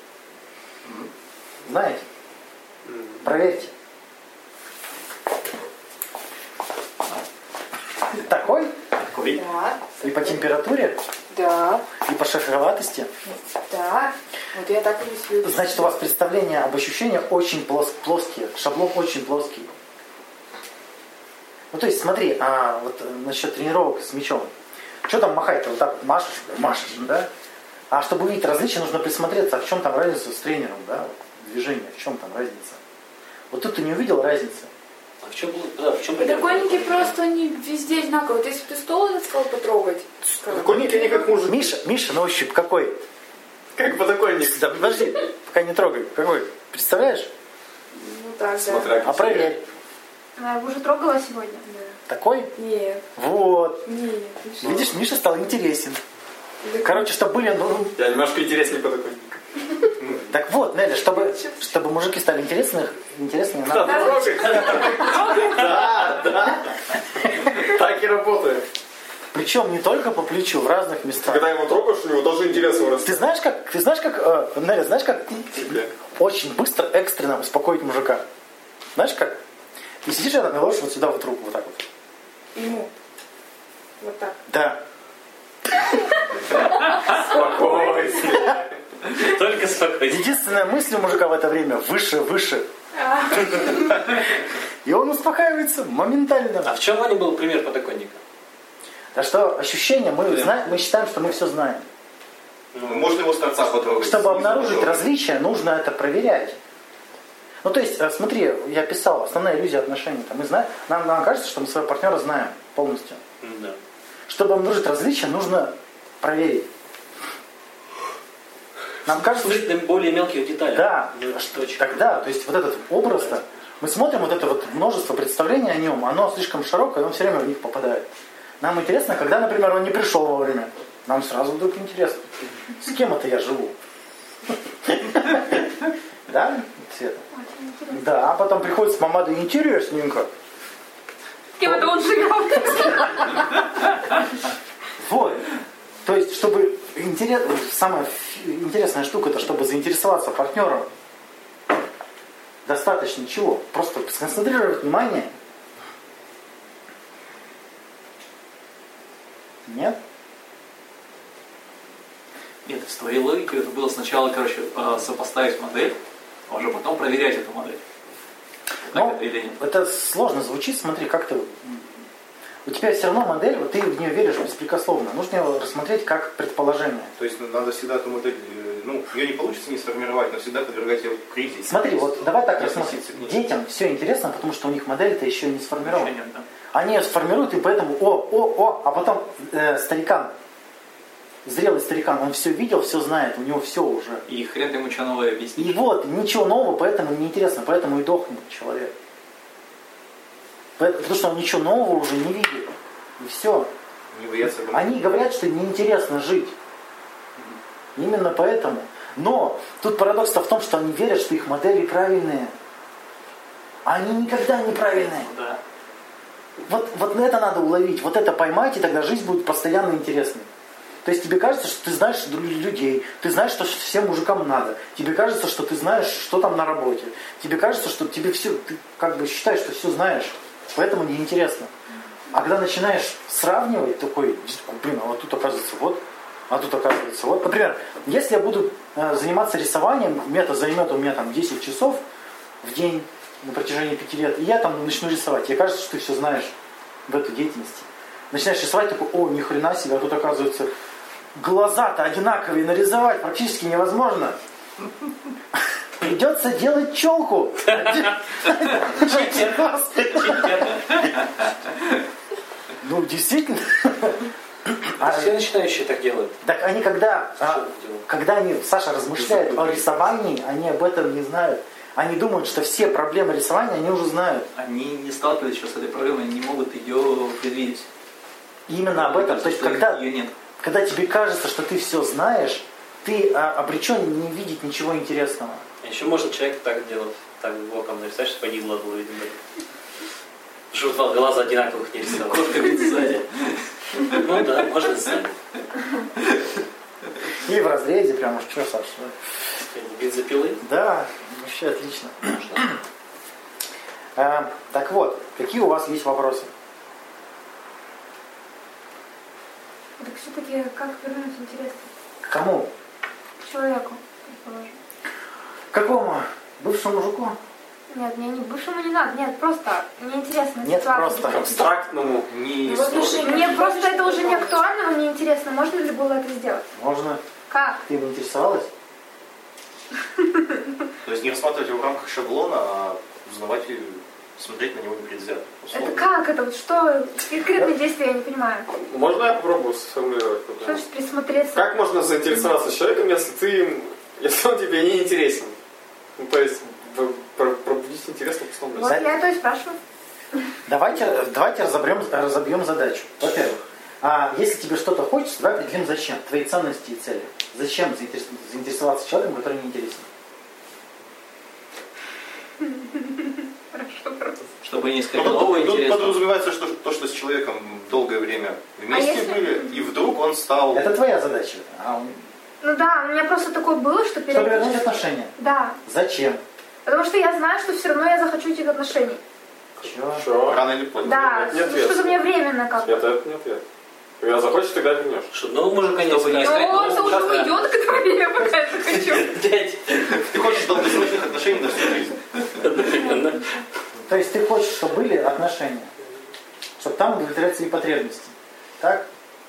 Знаете? Проверьте. Такой? Такой. Да. И по температуре, Да. и по шероховатости. Да. Вот я так и рисую. Значит, у вас представления об ощущениях очень плос- плоские. Шаблон очень плоский. Ну, то есть, смотри, а вот э, насчет тренировок с мячом. Что там махать-то? Вот так машешь, машешь, да? А чтобы увидеть различия, нужно присмотреться, а в чем там разница с тренером, да? Движение, в чем там разница? Вот тут ты не увидел разницы. А в чем, да, в чем пример? Подоконники просто они везде одинаковые. Вот если бы ты стол этот сказал потрогать. Подоконники они как мужик. Миша, Миша, на ощупь какой? Как подоконник. Да, подожди, пока не трогай. Какой? Представляешь? Ну так, да. Смотря А проверь. Она его уже трогала сегодня? Такой? Нет. Вот. Нет. ты что? Видишь, Миша стал интересен. Короче, чтобы были, ну, Я немножко интереснее подоконник. так вот, Нелли, чтобы, чтобы мужики стали интересны, интереснее, надо... Да, да. Так и работает. Причем не только по плечу, в разных местах. Когда его трогаешь, у него тоже интерес вырастет. Ты знаешь, как, ты знаешь, как, э, Нелли, знаешь, как очень быстро, экстренно успокоить мужика? Знаешь, как? Ты сидишь рядом и ложишь вот сюда вот руку, вот так вот. Ему. Вот так. Да. Спокойствие. Только спокойно. Единственная мысль у мужика в это время выше, выше. И он успокаивается моментально. А в чем, Ваня, был пример подоконника? Так что ощущение, мы, знаем, мы считаем, что мы все знаем. Ну, можно его с торца потрогать. Чтобы снизу обнаружить потрогать. различия, нужно это проверять. Ну, то есть, э, смотри, я писал, основная иллюзия отношений. Там, мы знаем, нам, нам кажется, что мы своего партнера знаем полностью. Да. Чтобы обнаружить различия, нужно проверить. Нам кажется, Слышать на более мелких деталях. да, Ну, что, точно. тогда, то есть вот этот образ-то, мы смотрим вот это вот множество представлений о нем, оно слишком широкое, и он все время в них попадает. Нам интересно, когда, например, он не пришел вовремя. Нам сразу вдруг интересно, с кем это я живу? Да, Света? Очень интересно. Да, а потом приходит с помадой интересненько. С кем это он живет? Вот. То есть, чтобы интерес... самая интересная штука, это чтобы заинтересоваться партнером, достаточно чего? Просто сконцентрировать внимание. Нет? Нет, с твоей логикой это было сначала, короче, э, сопоставить модель, а уже потом проверять эту модель. Так Ну, это или нет? это сложно звучит, смотри, как ты... У тебя все равно модель, вот ты в нее веришь беспрекословно. Нужно ее рассмотреть как предположение. То есть надо всегда эту модель, э, ну, ее не получится не сформировать, но всегда подвергать ее кризису. Смотри, вот давай так Не рассмотрим. относиться к ней. Детям все интересно, потому что у них модель-то еще не сформирована. Еще нет, да. Они ее сформируют, и поэтому о, о, о, а потом э, старикан, зрелый старикан, он все видел, все знает, у него все уже. И хрен ты ему что новое объяснить. И вот, ничего нового, поэтому неинтересно, поэтому и дохнет человек. Поэтому- Потому что он ничего нового уже не видит. И все. Не бояться об этом. Они говорят, что неинтересно жить. Именно поэтому. Но тут парадокс-то в том, что они верят, что их модели правильные. А они никогда не правильные. Да. Вот, вот это надо уловить, вот это поймать, и тогда жизнь будет постоянно интересной. То есть тебе кажется, что ты знаешь людей, ты знаешь, что всем мужикам надо. Тебе кажется, что ты знаешь, что там на работе. Тебе кажется, что тебе все, ты как бы считаешь, что все знаешь. Поэтому неинтересно. А когда начинаешь сравнивать, такой, блин, а вот тут оказывается вот, а тут оказывается вот. Например, если я буду э, заниматься рисованием, это займет у меня там десять часов в день на протяжении пяти лет, и я там начну рисовать. Тебе кажется, что ты все знаешь в этой деятельности. Начинаешь рисовать, такой, о, ни хрена себе, а тут оказывается глаза-то одинаковые, нарисовать практически невозможно. Придется делать челку. Ну, действительно. А все начинающие так делают. Так они когда, а, делают? когда они, Саша, размышляют о рисовании, они об этом не знают. Они думают, что все проблемы рисования они уже знают. Они не сталкивались еще с этой проблемой, они не могут ее предвидеть. И именно об этом. То есть, Что когда, ее нет. когда тебе кажется, что ты все знаешь, ты а, обречен не видеть ничего интересного. А еще можно человека так делать, так боком нарисовать, чтобы они глаза было видно. Чтобы глаза одинаковых не рисовать. Кошка видит сзади. Ну да, можно сзади. Или в разрезе прямо, что, Саша? Бензопилы? Да, вообще отлично. А, так вот, какие у вас есть вопросы? Так все-таки как вернуть интерес К кому? к человеку, предположим? К какому? Бывшему мужику? Нет, мне не бывшему не надо, нет, просто мне интересно. Нет, ситуация. просто. Абстрактному. Не В отношениях Мне просто это уже не актуально, но мне интересно, можно ли было это сделать? Можно. Как? Ты им интересовалась? То есть не рассматривать его в рамках шаблона, а узнавать и смотреть на него непредвзято. Это условно. как? Это вот что? Конкретные действия я не понимаю. Можно я попробую сформулировать? Что значит присмотреться? Как можно заинтересоваться человеком, если ты им, если он тебе не интересен? Ну, то есть в- про- пробудить интерес на пустом Вот месте. я это и спрашиваю. Давайте, давайте разобьем, разобьем задачу. Во-первых, а если тебе что-то хочется, давай определим зачем, твои ценности и цели. Зачем заинтерес- заинтересоваться человеком, который не интересен? Хорошо, просто. Чтобы не искать Ну, тут- нового тут интересного. подразумевается, что то, что с человеком долгое время вместе А если- были, и вдруг он стал... Это твоя задача. А он- Ну да, у меня просто такое было, что Чтобы вернуть периодически... отношения. Да. Зачем? Потому что я знаю, что все равно я захочу этих отношений. Чего? Что? Рано или поздно. Да, это не ответ. что-то мне временно как-то. Это, это не ответ. Когда захочешь, тогда вернешь. Чтобы нового мужика не Чтобы не искать. искать Но он нового уже мужика. уйдет, который я пока это хочу. Дядь. Ты хочешь долгосрочных отношений на всю жизнь. Одновременно. То есть ты хочешь, чтобы были отношения, чтобы там удовлетворять свои потребности. Так?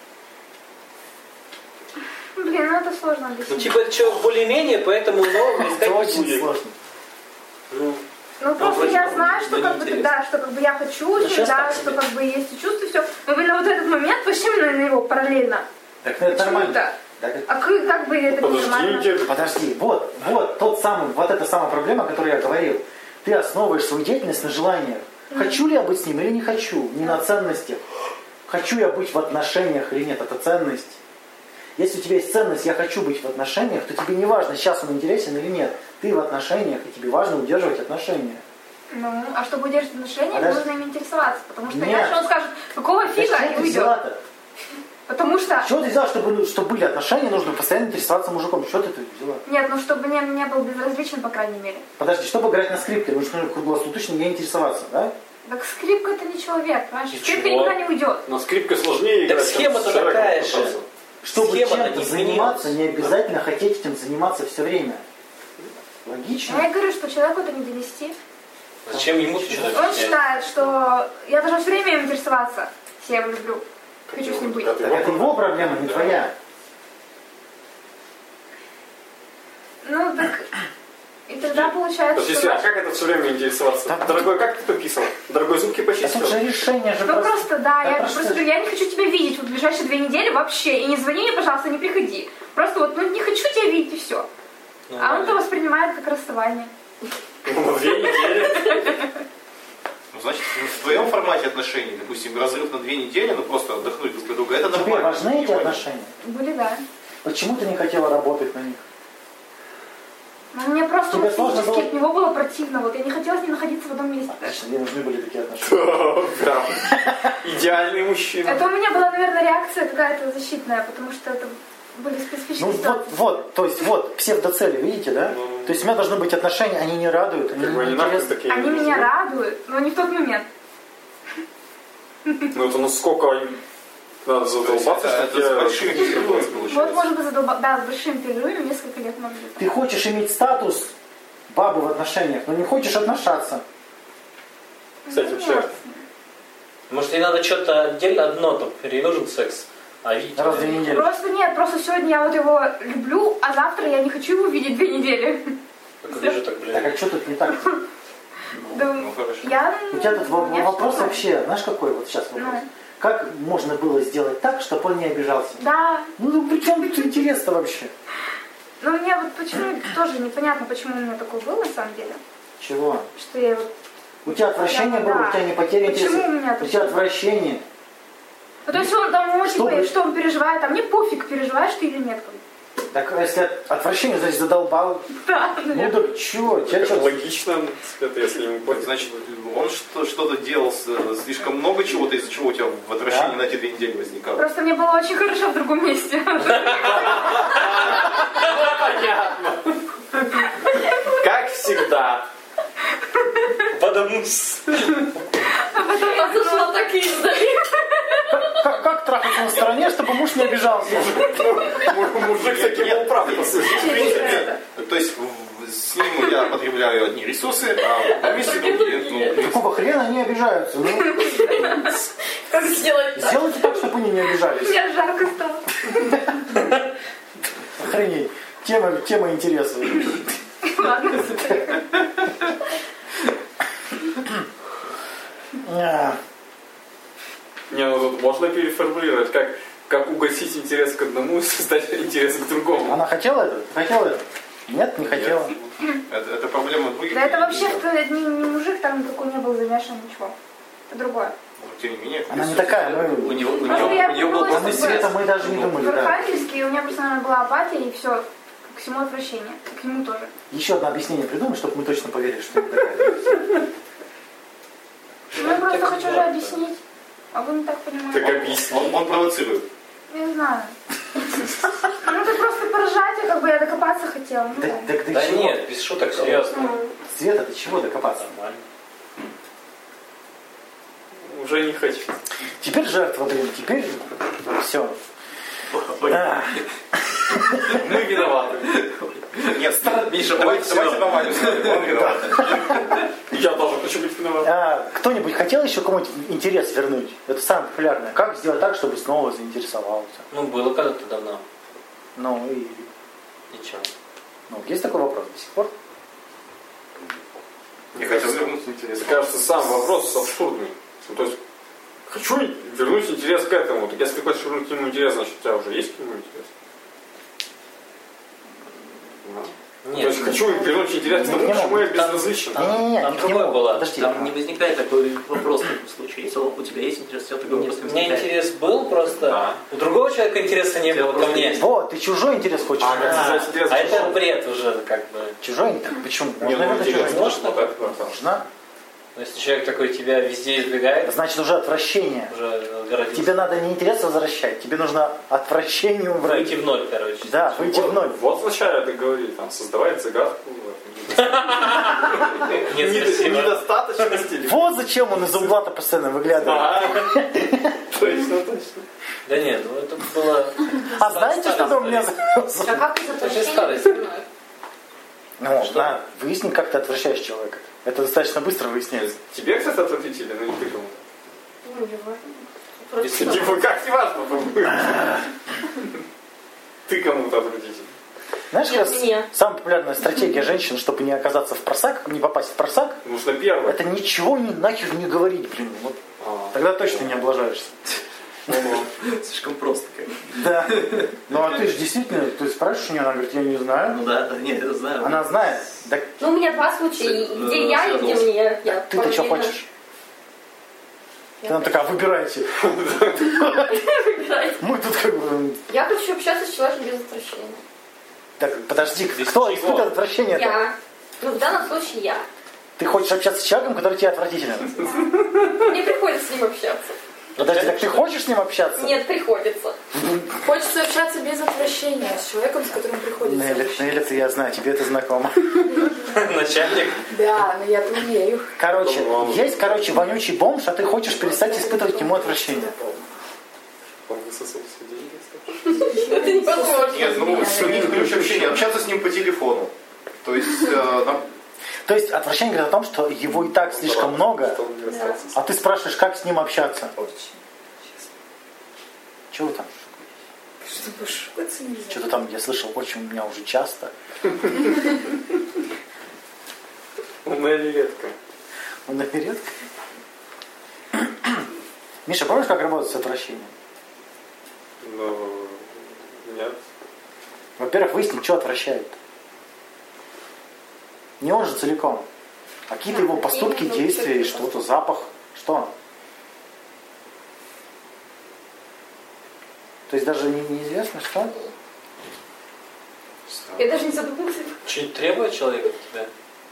Блин, ну это сложно Ну объяснить. типа это человек более-менее, поэтому нового Это искать не очень будет. сложно. Ну, Ну просто вроде я бы, знаю, да что не как бы интересно. да, что как бы я хочу, сейчас всегда, так что себе. как бы есть и чувства, все. Но именно вот этот момент, вообще именно на него параллельно. Так ну, это нормально. Почему-то. Так, А как, как бы это Подожди нормально? неделю. подожди, вот, вот тот самый, вот эта самая проблема, о которой я говорил. Ты основываешь свою деятельность на желаниях. Хочу ли я быть с ним или не хочу? Не на ценностях. Хочу я быть в отношениях или нет, это ценность. Если у тебя есть ценность, я хочу быть в отношениях, то тебе не важно, сейчас он интересен или нет. Ты в отношениях, и тебе важно удерживать отношения. Ну, а чтобы удержать отношения, Подожди. нужно им интересоваться. Потому что Нет. иначе он скажет, какого Да фига, с чего и ты уйдет. взяла-то? Потому что... С чего ты взяла, чтобы, ну, чтобы были отношения, нужно постоянно интересоваться мужиком? Что ты тут взяла? Нет, ну чтобы мне не был безразличен, по крайней мере. Подожди, чтобы играть на скрипке, нужно круглосуточно ей интересоваться, да? Так скрипка это не человек, понимаешь? Ничего. Скрипка никуда не уйдет. На скрипке сложнее Так играть, чем схема-то с человеком такая же. общаться. Чтобы Схема-то чем-то не заниматься, изменилась. не обязательно хотеть этим заниматься все время. Логично? Я и говорю, что человеку это не донести. зачем ему человек? Он считает, что я должна все время им интересоваться. Если я его люблю. Хочу с ним быть. Когда ты Так это его- его проблема, не Да. твоя. Ну так... И тогда получается, Подожди, что... а как это все время интересоваться? Да. Дорогой, как ты пописал? Дорогой, зубки А почистил? тут же решение же Ну просто... просто, да, Да я просто- просто говорю, я не хочу тебя видеть вот в ближайшие две недели вообще. И не звони мне, пожалуйста, не приходи. Просто вот, ну не хочу тебя видеть и все. Ну, А он это да. воспринимает как расставание. Ну, две недели. Ну, значит, в твоем формате отношений, допустим, разрыв на две недели, ну просто отдохнуть друг от друга, это Тебе нормально. важны эти Не отношения? Были, да. Почему ты не хотела работать на них? Но мне просто Тебе вот сложно физически было? от него было противно. Вот я не хотела с ним находиться в одном месте. Отлично, мне нужны были такие отношения. Прям идеальный мужчина. Это у меня была, наверное, реакция какая-то защитная, потому что это были специфические Ну ситуации. вот, вот, то есть вот псевдоцели, видите, да? Ну. То есть у меня должны быть отношения, они не радуют, они Как бы не они нахуй интересны. такие Они не меня нужны. радуют, но не в тот момент. Ну это ну сколько надо задолбаться, Это, чтобы это с я- большими перерывами Вот, получается. может быть, задолба... да, с большими перерывами, несколько лет, может быть. Ты хочешь иметь статус бабы в отношениях, но не хочешь отношаться. Кстати, Ну, вообще, Может, ей надо что-то отдельно одно, там, ей нужен секс. А видите, Раз в две недели. Просто нет, просто сегодня я вот его люблю, а завтра я не хочу его видеть две недели. как вижу, так, блин. Так а что тут не так? Да, Ну хорошо. я... У тебя тут во- меня вопрос всё вообще, знаешь какой вот сейчас вопрос? Ну. Как можно было сделать так, чтобы он не обижался? Да, Ну, ну при чем тут интерес-то вообще? но мне вот почему тоже непонятно, почему у меня такое было на самом деле. Чего? Что я вот... У тебя отвращение Да. было, у тебя не потеря Почему интереса. у меня У тебя такое? отвращение. Ну, то есть он там, ну, Что типа, вы- что он переживает, а мне пофиг, переживаешь ты или нет. как бы. Так если отвращение, значит, задолбал. Да. Ну так чё? Тебя Это чё? логично, это если ему платить. Значит, он что- что-то делал с- слишком много чего-то, из-за чего у тебя в отвращении Да. на эти две недели возникало. Просто мне было очень хорошо в другом месте. Как всегда. Потому что... Я зашла так и издали. Как, как трахаться на стороне, чтобы муж не обижался? Мужик таким был прав. В принципе, то есть в- с ним я потребляю одни ресурсы, а на месте другие. Ну, Какого хрена они обижаются? Ну, Как сделать так? сделайте так, чтобы они не обижались. Мне жарко стало. Охренеть. Тема, тема интереса. Ладно. А, Не, ну тут можно переформулировать, как, как угасить интерес к одному и создать интерес к другому. Она хотела это? Хотела это? Нет, не хотела. Это, это проблема других. Да это людей. вообще что, это не, не мужик, там никакой не был замешан, ничего. Это другое. Но, тем не менее, Она не такая, У мы... него, у Просто нее, я у нее был думала, А мы просто Света, мы даже не думали, В да. Архангельске у меня просто, наверное, была апатия, и все. К всему отвращение. И к нему тоже. Еще одно объяснение придумай, чтобы мы точно поверили, что не такая. Ну, я просто хочу же объяснить. А вы не так понимаете. Так объясни. он, он провоцирует. Я не знаю. Ну, ты просто поражать, а как бы я докопаться хотела. Ну, Да, да. да, ты Да чего? нет, без шуток, серьезно. Света, ты чего докопаться? Нормально. Уже не хочу. Теперь жертва, блин, теперь все. Мы виноваты. Нет, Миша, давайте, всё. давайте навалимся. Он виноват. Я тоже хочу быть виноват. А, кто-нибудь хотел еще кому-нибудь интерес вернуть? Это самое популярное. Как сделать так, чтобы снова заинтересовался? Ну, было когда-то давно. Ну, и, Ничего. ну, есть такой вопрос до сих пор? Я хотел вернуть интерес. Мне кажется, сам вопрос абсурдный. Ну, то есть, хочу вернуть интерес к этому. Так если ты хочешь вернуть к нему интерес, значит, у тебя уже есть к нему интерес. Да. То Нет, есть, хочу вернуть интерес к тому, Не почему я могу. безразличен. Не-не-не, там не к другое нему. было. Подожди. Там не возникает такой вопрос в таком случае. Если у тебя есть интерес, у тебя такой вопрос не у меня возникает. интерес был просто. Да. У другого человека интереса не У тебя было ко просто мне. есть. Вот, ты чужой интерес хочешь. А, как А, создать интерес А к это чужому? бред уже, как бы. чужой интерес? Почему? Не, Можно, ну, наверное, интерес чужой. Можно? вот это, да. Можно. Но если человек такой тебя везде избегает, Значит, уже отвращение. уже отгородился. Тебе надо не интерес возвращать, тебе нужно отвращение убрать. Выйти в ноль, короче. Да, выйти в ноль. Вот, вот вначале ты говорили, там, создавать загадку. Нет, спасибо. Недостаточности. Вот зачем он из угла-то постоянно выглядывает. А, Точно, точно. Да нет, ну это было... А знаете, что там у меня завелся? А как из Это же старость. отвращения? Ну, на, выясни, как ты отвращаешь человека. Это достаточно быстро выясняется. Тебе, кстати, отвратительно, но не ты кому-то. Ну, не важно. Если Просто Типа, как не важно, по-моему. Ты кому-то отвратительно. Знаешь, Нет, как мне. самая популярная стратегия женщин, чтобы не оказаться в просак, не попасть в просак, Нужно первое. это ничего не, нахер не говорить, блин. Вот А, тогда точно не облажаешься. Слишком просто. Как. Да. Ну а ты же действительно, ты спрашиваешь у нее, она говорит, я не знаю. Ну да, да, нет, я знаю. Она знает. Да Ну, у меня два случая. Ну, Где я и где связался. мне. Я ты-то что параллельно- хочешь? Она такая, выбирайте. Мы тут как бы... Я хочу общаться с человеком без отвращения. Так, подожди, Без кто чего? испытывает отвращение? Я. Ну, в данном случае я. Ты хочешь общаться с человеком, который тебе отвратителен? Мне приходится с ним общаться. Подожди, так ты хочешь с ним общаться? Нет, приходится. Хочется общаться без отвращения с человеком, с которым приходится Нелли, общаться. Нелли, ты, я знаю, тебе это знакомо. начальник. Да, но я умею. Короче, есть, короче, вонючий бомж, а ты хочешь перестать испытывать к нему отвращение. Он высосал все деньги. Это не возможно. Нет, ну, сменить ключ общения, общаться с ним по телефону. То есть, э, нам- То есть отвращение говорит о том, что его и так слишком много, Что он не остался. а ты спрашиваешь, как с ним общаться. Чего вы там? Чтобы шукаться нельзя. Что-то там, я слышал, очень у меня уже часто. Умная редко. Он наперед. Миша, помнишь, как работать с отвращением? Но нет. Во-первых, выяснить, что отвращает. Не он же целиком. А какие-то его поступки, действия, и что-то, запах. Что? То есть даже не- неизвестно, что? Я даже не задумалась. Что-нибудь требует человек от тебя?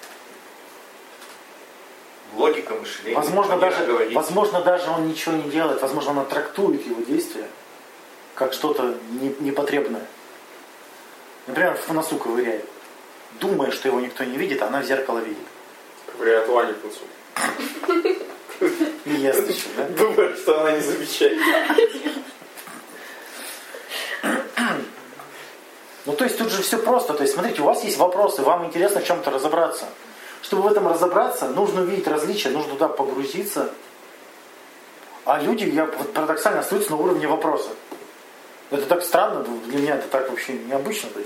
Логика мышления. Возможно манера даже, говорить. возможно, даже он ничего не делает. Возможно, она трактует его действия как что-то не- непотребное. Например, в носу ковыряет. Думая, что его никто не видит, а она в зеркало видит. Ковыряет Ваню в носу. И ест еще, да? Думаю, что она не замечает. Ну, то есть тут же все просто. То есть, смотрите, у вас есть вопросы, вам интересно в чем-то разобраться. Чтобы в этом разобраться, нужно увидеть различия, нужно туда погрузиться. А люди, я, вот, парадоксально, остаются на уровне вопроса. Это так странно, для меня это так вообще необычно. То есть,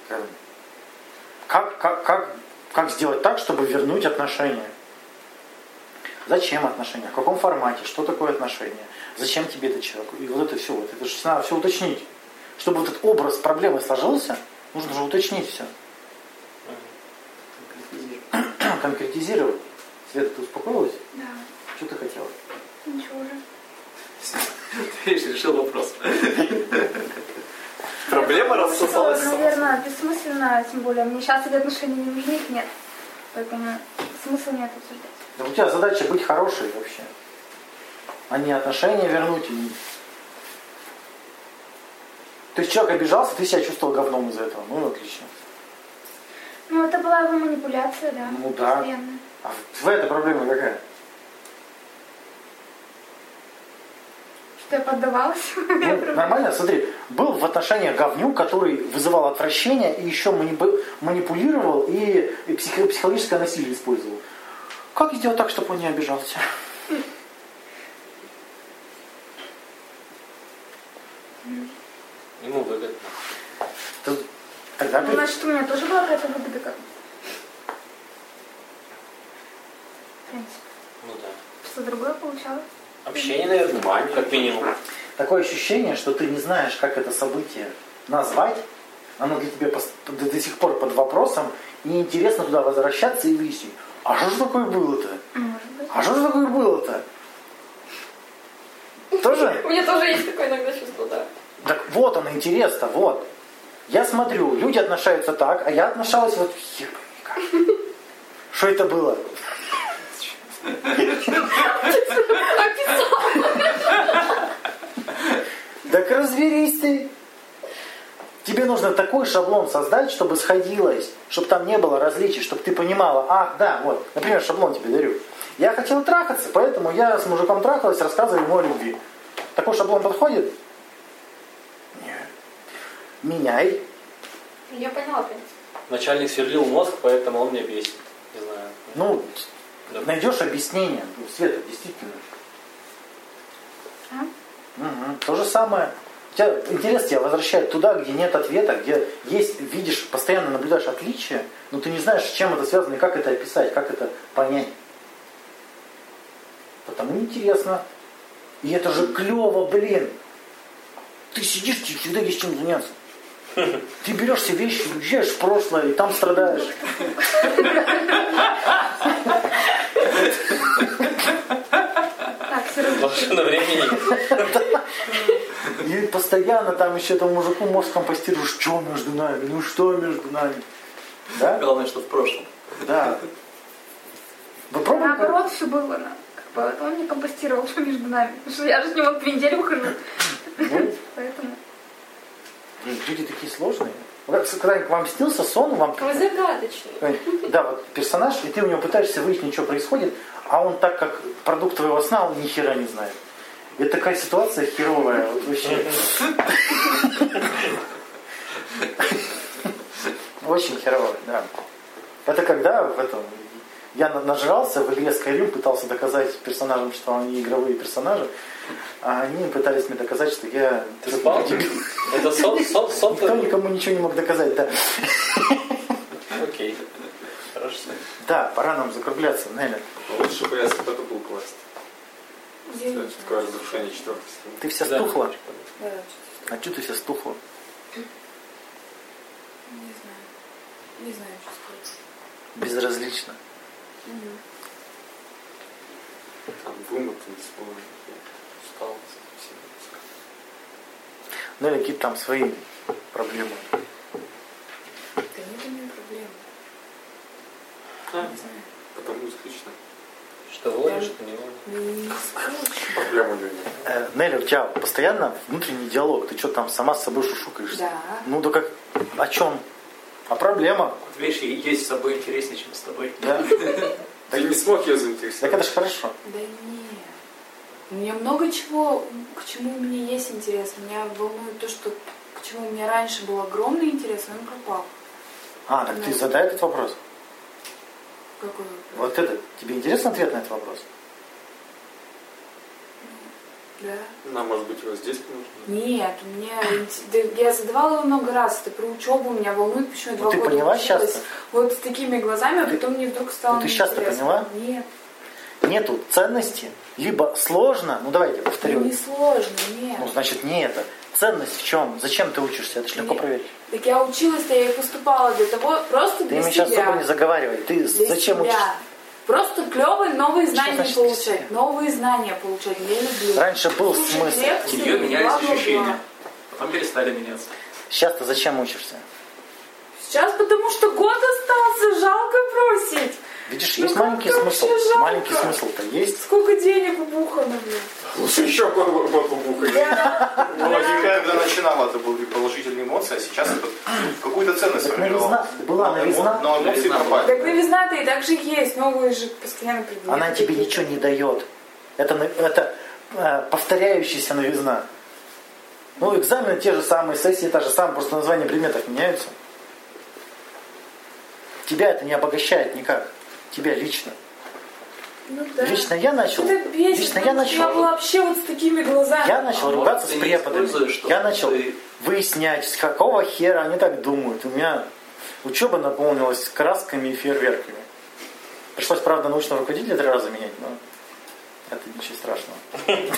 как, как, как, как сделать так, чтобы вернуть отношения? Зачем отношения? В каком формате? Что такое отношения? Зачем тебе этот человек? И вот это все. Вот, это же надо все уточнить. Чтобы вот этот образ проблемы сложился, нужно же уточнить все. Конкретизировать. Света, ты успокоилась? Да. Что ты хотела? Ничего уже. Ты видишь, решил вопрос. Проблема рассосалась. Наверное, бессмысленно, тем более мне сейчас эти отношения не нужны, их нет. Поэтому смысла нет обсуждать. Да у тебя задача быть хорошей вообще. А не отношения вернуть. И... То есть человек обижался, ты себя чувствовал говном из-за этого. Ну, отлично. Ну, это была его манипуляция, да. Ну да. Постоянно. А твоя проблема какая? Что я поддавалась. Ну, нормально, смотри, был в отношениях говнюк, который вызывал отвращение и еще манипу- манипулировал и, и психо- психологическое насилие использовал. Как сделать так, чтобы он не обижался? Ему выгодно. Ты- Тогда Ну, ты- значит, у меня тоже была какая-то выгода как. В принципе. Ну да. Что другое получалось. Общение, наверное, как минимум. такое ощущение, что ты не знаешь, как это событие назвать. Оно для тебя пос- до, до сих пор под вопросом. И неинтересно туда возвращаться и выяснить. А что же такое было-то? Может быть. А что же такое было-то? Тоже? У меня тоже есть такое иногда чувство, да. Так вот оно, интересно, вот. Я смотрю, люди отношаются так, а я отношалась вот хер пойми как. Что это было? Так разберись ты. Тебе нужно такой шаблон создать, чтобы сходилось, чтобы там не было различий, чтобы ты понимала, ах, да, вот, например, шаблон тебе дарю. Я хотела трахаться, поэтому я с мужиком трахалась, рассказываю ему о любви. Такой шаблон подходит? Нет. Меняй. Я поняла, в принципе. Начальник сверлил мозг, поэтому он меня бесит. Не знаю. Ну, Да. найдешь объяснение. Ну, Света, действительно. А? Угу. То же самое. У тебя интерес тебя возвращает туда, где нет ответа, где есть, видишь, постоянно наблюдаешь отличия, но ты не знаешь, с чем это связано и как это описать, как это понять. Потому интересно. И это же клево, блин. Ты сидишь, тебе всегда есть чем заняться. Ты берешь все вещи, уезжаешь в прошлое и там страдаешь. Так, все разрешили. Машина времени. И постоянно там еще этому мужику мозг компостируешь, что между нами, ну что между нами. Да? Главное, что в прошлом. Да. Вы пробовали? Наоборот, все было. ну, Как бы, он не компостировал, что между нами. Потому что я же с ним вот две недели ухожу. Вот. Поэтому. Блин, люди такие сложные. Вот как- Когда к вам снился сон, вам... Вы загадочный. Да, вот персонаж, и ты у него пытаешься выяснить, что происходит, а он так как продукт твоего сна, он ни хера не знает. Это такая ситуация херовая. Вот вообще. Очень херовая, да. Это когда в этом... Я на- нажрался в игре Skyrim, пытался доказать персонажам, что они игровые персонажи, а они пытались мне доказать, что я... Ты спал? Это сон, сон, сон. Никто никому ничего не мог доказать, да. Окей. Хорошо. Да, пора нам закругляться, Неля. Лучше бы я когда-то был класть. Извините. Такое разрушение четвертой стены. Ты вся Да. стухла? Да, А что ты вся стухла? не знаю. Не знаю, что сказать. Безразлично. Мгм. Там вымотан, вспомнил. Устал совсем. Ну или какие-то там свои проблемы. это не проблема. А, Не знаю. потому исключно. Что волнует, что не волнует. Не скучно. Проблема у нее нет. Э, Нелли, у тебя постоянно внутренний диалог. Ты что там сама с собой шушукаешься? Да. Ну да как, о чем? А проблема? Вот видишь, и есть с собой интереснее, чем с тобой. Да? Ты не смог ее Так заинтересовать. это же хорошо. Да нет. У меня много чего, к чему у меня есть интерес. Меня волнует то, что к чему у меня раньше был огромный интерес, он пропал. А, так ты задай этот вопрос. Какой вопрос? Вот это. Тебе интересен ответ на этот вопрос? Да. Нам, может быть, его здесь нужно. Нет, у меня инте- да, я задавала его много раз. Это про учебу меня волнует, почему я Ну, два ты года поняла училась сейчас-то? вот с такими глазами, а потом мне вдруг стало Ну, ты сейчас-то неинтересно. поняла? Нет, Нету ценности. Либо сложно, ну давайте повторю. не сложно, нет. Ну, значит, не это. Ценность в чем? Зачем ты учишься? Это ж легко Нет. проверить. Так я училась-то, я и поступала для того, просто Ты для мне сейчас себя. особо не заговаривай. Ты Для зачем себя. учишься? Просто клевые новые Что знания значит для получать. себя? Новые знания получать. Я люблю. Раньше был Слушать смысл. лекции, Ее менялись бла-бла-бла. ощущения. Потом перестали меняться. Сейчас ты зачем учишься? Сейчас потому что год остался, жалко бросить. Видишь, Ну, есть как маленький вообще смысл. жалко. Маленький смысл-то есть. Сколько денег убухано, блин. Лучше еще побухать. Когда начинала, это были положительные эмоции, а сейчас это какую-то ценность Так сформировала. новизна, была новизна. Но эмоции Новизна была. пропали. Так новизна-то и так же есть. Новые же постоянно предметы. Она тебе какие-то. ничего не дает. Это, на- это э, повторяющаяся новизна. Ну, экзамены те же самые, сессии та же самая, просто названия предметов меняются. Тебя это не обогащает никак. Тебя лично. Ну да. Лично я начал. Это бесит, Лично я потому что я начал. была вообще вот с такими глазами. Я начал А ругаться может, с ты не преподами. используешь, что Я начал ты- выяснять, с какого хера они так думают. У меня учеба наполнилась красками и фейерверками. Пришлось, правда, научного руководителя три раза менять, но это ничего страшного.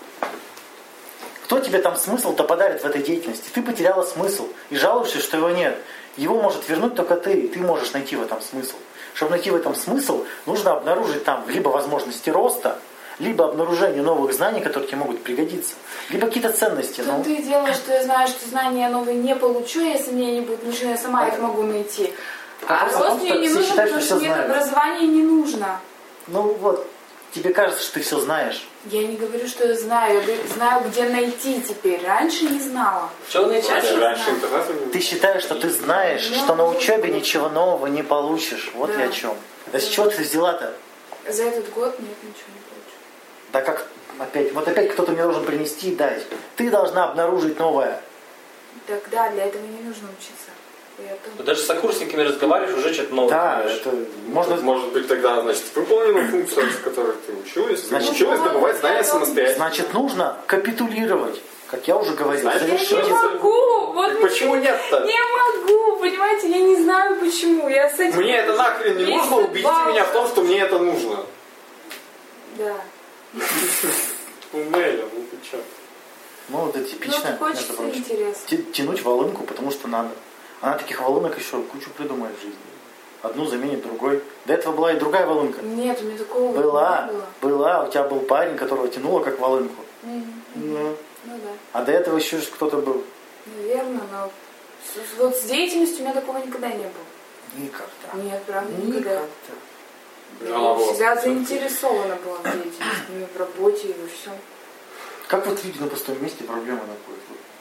Кто тебе там смысл-то подарит в этой деятельности? Ты потеряла смысл и жалуешься, что его нет. Его может вернуть только ты. Ты можешь найти в этом смысл. Чтобы найти в этом смысл, нужно обнаружить там либо возможности роста, либо обнаружение новых знаний, которые тебе могут пригодиться, либо какие-то ценности. В Ну, том-то и дело, что я знаю, что знания новые не получу, если мне не будут нужны, я сама их могу найти. А Вопрос о том, рост мне что не все нужен, считают, потому что что все мне знают. образование не нужно. ну вот, тебе кажется, что ты все знаешь. Я не говорю, что я знаю, я говорю, знаю, где найти теперь. Раньше не знала. Чего найти? Раньше Раньше знала. интернета не было. Ты считаешь, что ты знаешь, Ну, что на ну, учебе ну. ничего нового не получишь. Вот Да. я о чем. Да с чего ты взяла-то? За этот год нет, ничего не получу. Да как опять, вот опять кто-то мне должен принести и дать. Ты должна обнаружить новое. Так да, для этого не нужно учиться. Я Ну, тоже. даже с сокурсниками разговариваешь, уже что-то новое Да, понимаешь. это можно. Может быть, тогда, значит, выполнена функция, с которой ты училась. Ты Значит, училась добывать знания ну, самостоятельно. Значит, нужно капитулировать, как я уже говорил. Знаешь, Я завершить. не могу! Вот Так почему нет-то? Не могу, понимаете, я не знаю почему. Я с этим... Мне это нахрен не Месяца нужно, убедите два меня в том, уже. что мне это нужно. Да. Ну, Неля, ну ты чё? Ну, это Ну, типично, это между хочется прочим. интересно. Т- Тянуть волынку, потому что надо. Она таких волынок еще кучу придумает в жизни. Одну заменит другой. До этого была и другая волынка. Нет, у меня такого Была, не было. была. У тебя был парень, которого тянуло как волынку. Мгм. Ну, Ну да, а до этого еще кто-то был. наверное, но с- вот с деятельностью у меня такого никогда не было. Никогда. Нет, правда, никогда. Никогда. Я А, вот. всегда заинтересована была в деятельности, ну, и в работе, и во всем. Как вот люди на пустом месте проблемы находят?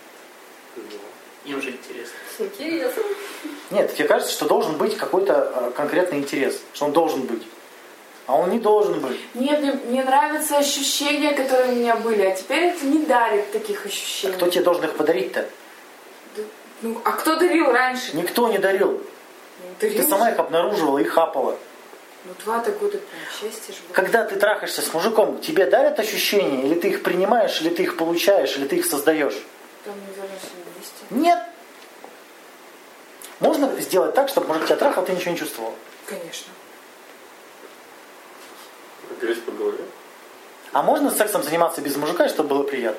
Им же интересно. Интересно. Нет, тебе кажется, что должен быть какой-то э, конкретный интерес, что он должен быть. А он не должен быть. Нет, мне, мне нравятся ощущения, которые у меня были, а теперь это не дарит таких ощущений. Кто тебе должен их подарить-то? Да, ну, а кто дарил раньше? Никто не дарил. Ну, дарил Ты сама же. их обнаруживала и хапала. Ну, два-то года прям счастье же было. Когда ты трахаешься с мужиком, тебе дарят ощущения, или ты их принимаешь, или ты их получаешь, или ты их создаешь? Там, наверное, все вместе. Нет. Можно сделать так, чтобы мужик тебя трахал, ты ничего не чувствовал. Конечно. Греть по голове. А можно сексом заниматься без мужика, чтобы было приятно?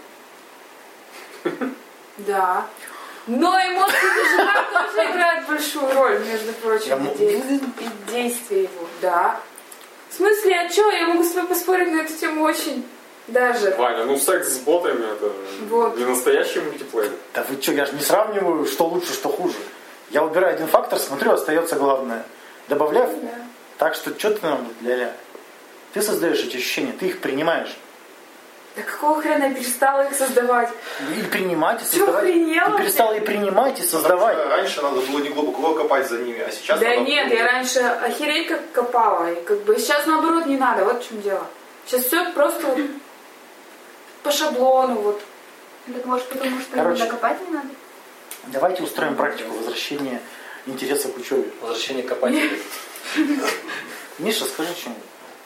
Да. Но эмоции мужика тоже играют большую роль, между Я прочим, мо- и де- и действия его. Да. В смысле, а что? Я могу с тобой поспорить на эту тему очень даже. Ваня, ну секс с ботами это Вот. не настоящий мультиплеер. Да вы что, я же не сравниваю, что лучше, что хуже. Я убираю один фактор, смотрю, остается главное. Добавляю Да. так, что что ты нам, ля-ля. Ты создаешь эти ощущения, ты их принимаешь. Да какого хрена я перестала их создавать? И принимать, и Чё, создавать. охренела, Ты перестала и принимать, и создавать. Потому что раньше надо было не глубоко копать за ними, а сейчас Да надо нет, было- я раньше охереть как копала. И как бы сейчас наоборот не надо, вот в чем дело. Сейчас все просто вот по шаблону, вот. Так может потому что Короче. иногда копать не надо? Давайте устроим практику возвращения интереса к учебе. Возвращение копателей. Миша, скажи что-нибудь.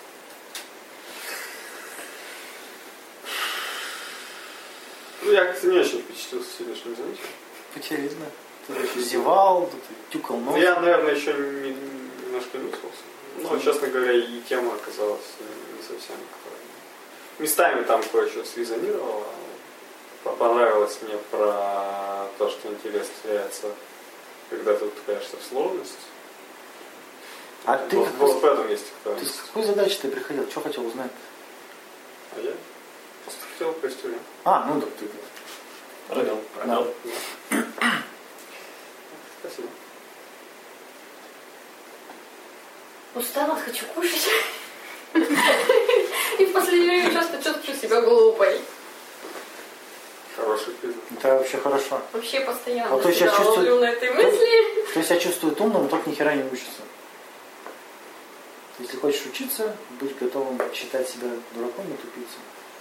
Ну, я как-то не очень впечатлился сегодняшним занятием. Интересно. Ты еще зевал, ты тюкал Ну, нос. я, наверное, еще не, немножко не выспался. Но, честно говоря, и тема оказалась не, не совсем актуальной. Местами там кое-что срезонировало. Понравилось мне про то, что интерес теряется, когда ты утыкаешься в сложность. А ты, вот, какой- вот в этом есть ты актуальность. с какой задачей ты приходил? Что хотел узнать? А я просто хотел провести время. А, ну да, ты. Провел. Да. Спасибо. Устала, хочу кушать. И в последнее время часто чувствую себя глупой. Хороший признак. Это вообще хорошо. Вообще постоянно А то я себя чувствую- ловлю на этой мысли. Кто себя чувствует умным, тот ни хера не учится. Если хочешь учиться, будь готовым считать себя дураком и тупицей.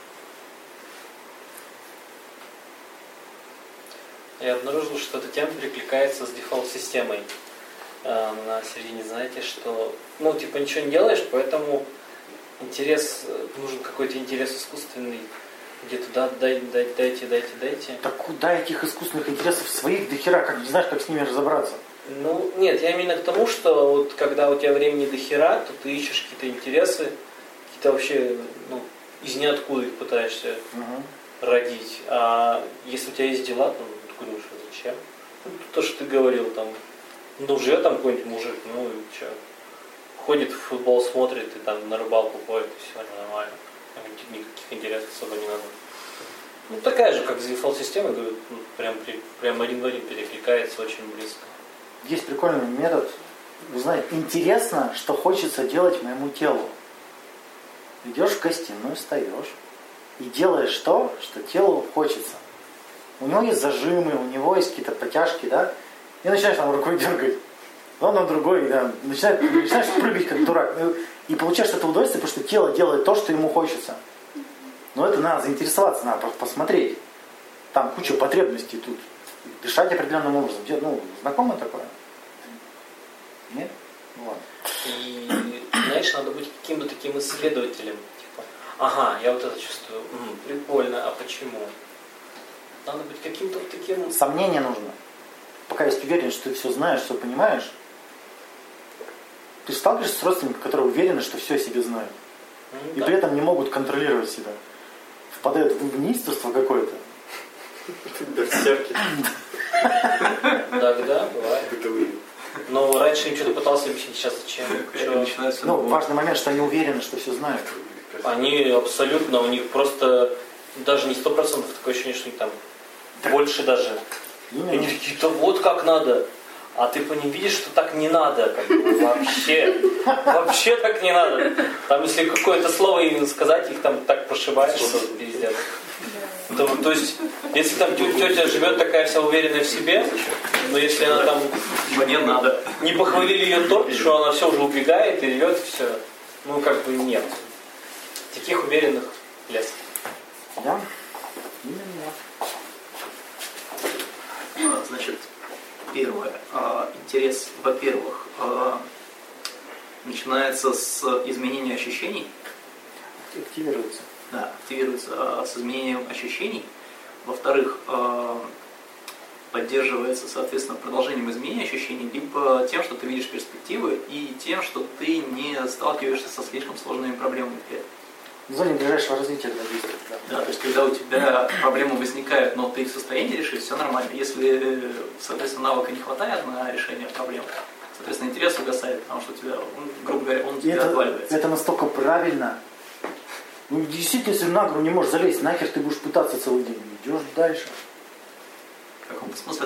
Я обнаружил, что эта тема перекликается с дефолт-системой. Э, На середине, знаете, что, ну, типа, ничего не делаешь, поэтому интерес, э, нужен какой-то интерес искусственный, где-то, да, дай, дай, дайте, дайте, дайте. Так куда этих искусственных интересов своих до хера, как не знаешь, как с ними разобраться? Ну, нет, я именно к тому, что вот когда у тебя времени до хера, то ты ищешь какие-то интересы, какие-то вообще, ну, из ниоткуда их пытаешься Угу. родить. А если у тебя есть дела, то ну, ты думаешь, а зачем? Ну, то, что ты говорил, там, ну, живет там какой-нибудь мужик, ну, и что? Ходит в футбол, смотрит, и там на рыбалку ходит, и все нормально. Никаких интересов особо не надо. Ну, такая же, как с дефолт-системой, говорю, ну, прям, при- прям один в один перекликается очень близко. Есть прикольный метод. Вы знаете, интересно, что хочется делать моему телу. Идешь в гостиную, встаешь и делаешь то, что телу хочется. У него есть зажимы, у него есть какие-то потяжки, да? И начинаешь там рукой дергать. Он на другой, да, начинает, начинаешь прыгать как дурак. И получаешь это удовольствие, потому что тело делает то, что ему хочется. Но это надо заинтересоваться, надо посмотреть. Там куча потребностей тут. Дышать определенным образом. Ну, знакомо такое? Нет? Ну ладно. И, знаешь, надо быть каким-то таким исследователем. Типа, ага, я вот это чувствую. М, прикольно, а почему? Надо быть каким-то вот таким... Сомнение нужно. Пока есть уверенность, что ты все знаешь, все понимаешь. Ты сталкиваешься с родственниками, которые уверены, что все о себе знают. М, И да. при этом не могут контролировать себя. Впадают в неистовство какое-то. Берсерки. Да, да, бывает. Но раньше им что-то пытался объяснить, сейчас зачем? Чё? Начинается Ну, важный момент, что они уверены, что все знают. Они абсолютно, у них просто даже не сто процентов такое ощущение, что у них там больше даже. Именно. Они такие, да вот как надо. А ты по ним видишь, что так не надо. Как бы, вообще. Вообще так не надо. Там если какое-то слово им сказать, их там так прошибаешь, что пиздец. То, то есть, если там тё- тетя живет такая вся уверенная в себе, но если она там Мне надо. не похвалили ее торт, что она все уже убегает и ревет, и все. Ну, как бы нет. Таких уверенных лес. Да? Именно. А, Значит, первое. а, Интерес, во-первых, а, начинается с изменения ощущений. Активируется. Да, активируется а, с изменением ощущений. Во-вторых, а, поддерживается, соответственно, продолжением изменения ощущений, либо тем, что ты видишь перспективы, и тем, что ты не сталкиваешься со слишком сложными проблемами. В зоне ближайшего развития когда действует. Да. Да, то есть, когда у тебя проблемы возникают, но ты их в состоянии решить, все нормально. Если, соответственно, навыка не хватает на решение проблем, соответственно, интерес угасает, потому что у тебя, он, грубо говоря, он у И тебя это, отваливается. это настолько правильно. Ну, действительно, если на гору не можешь залезть, нахер ты будешь пытаться целый день. Идешь дальше. В каком-то смысле, да.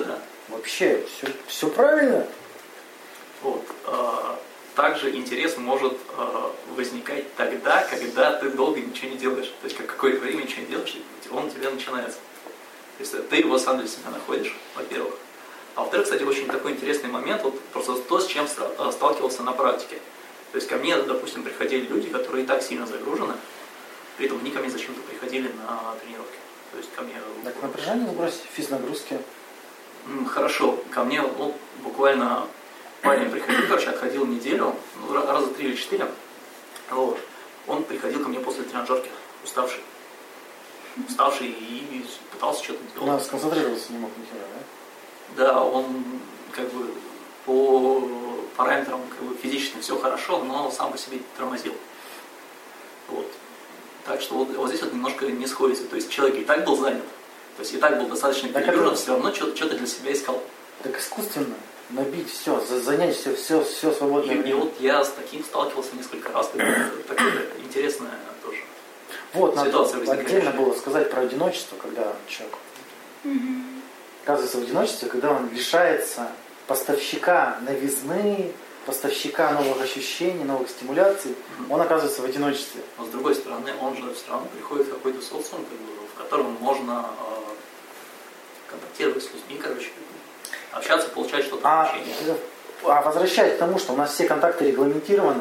Вообще, все, все правильно. Вот. а, Также интерес может а, возникать тогда, когда ты долго ничего не делаешь. То есть как какое-то время ничего не делаешь, и он у тебя начинается. То есть ты его сам для себя находишь, во-первых. А во-вторых, кстати, очень такой интересный момент, вот просто то, с чем ста- сталкивался на практике. То есть ко мне, допустим, приходили люди, которые и так сильно загружены, при этом они ко мне зачем-то приходили на тренировки. То есть ко мне... Так напряжение сбросить, физнагрузки. М, Хорошо, ко мне ну, буквально парень приходил, короче, отходил неделю, ну, ра- раза три или четыре. Вот. Он приходил ко мне после тренажерки, уставший. Уставший и пытался что-то У делать. нас сконцентрироваться не мог ни хера, да? Да, он как бы по параметрам как бы, физически все хорошо, но сам по себе тормозил. Вот. Так что вот, вот здесь вот немножко не сходится. То есть человек и так был занят, то есть и так был достаточно Так перегружен, это- все равно что-то, что-то для себя искал. Так искусственно набить все, занять все, все, все свободное И, и время. вот я с таким сталкивался несколько раз, это такое интересное тоже. Вот, надо ситуация возникает. отдельно было сказать про одиночество, когда человек оказывается в одиночестве, когда он лишается поставщика новизны, поставщика новых ощущений, новых стимуляций, он оказывается в одиночестве. Но с другой стороны, он же все равно приходит в какой-то социум, как бы, в котором можно э, контактировать с людьми, короче, общаться, получать что-то А, общение. а возвращаясь к тому, что у нас все контакты регламентированы,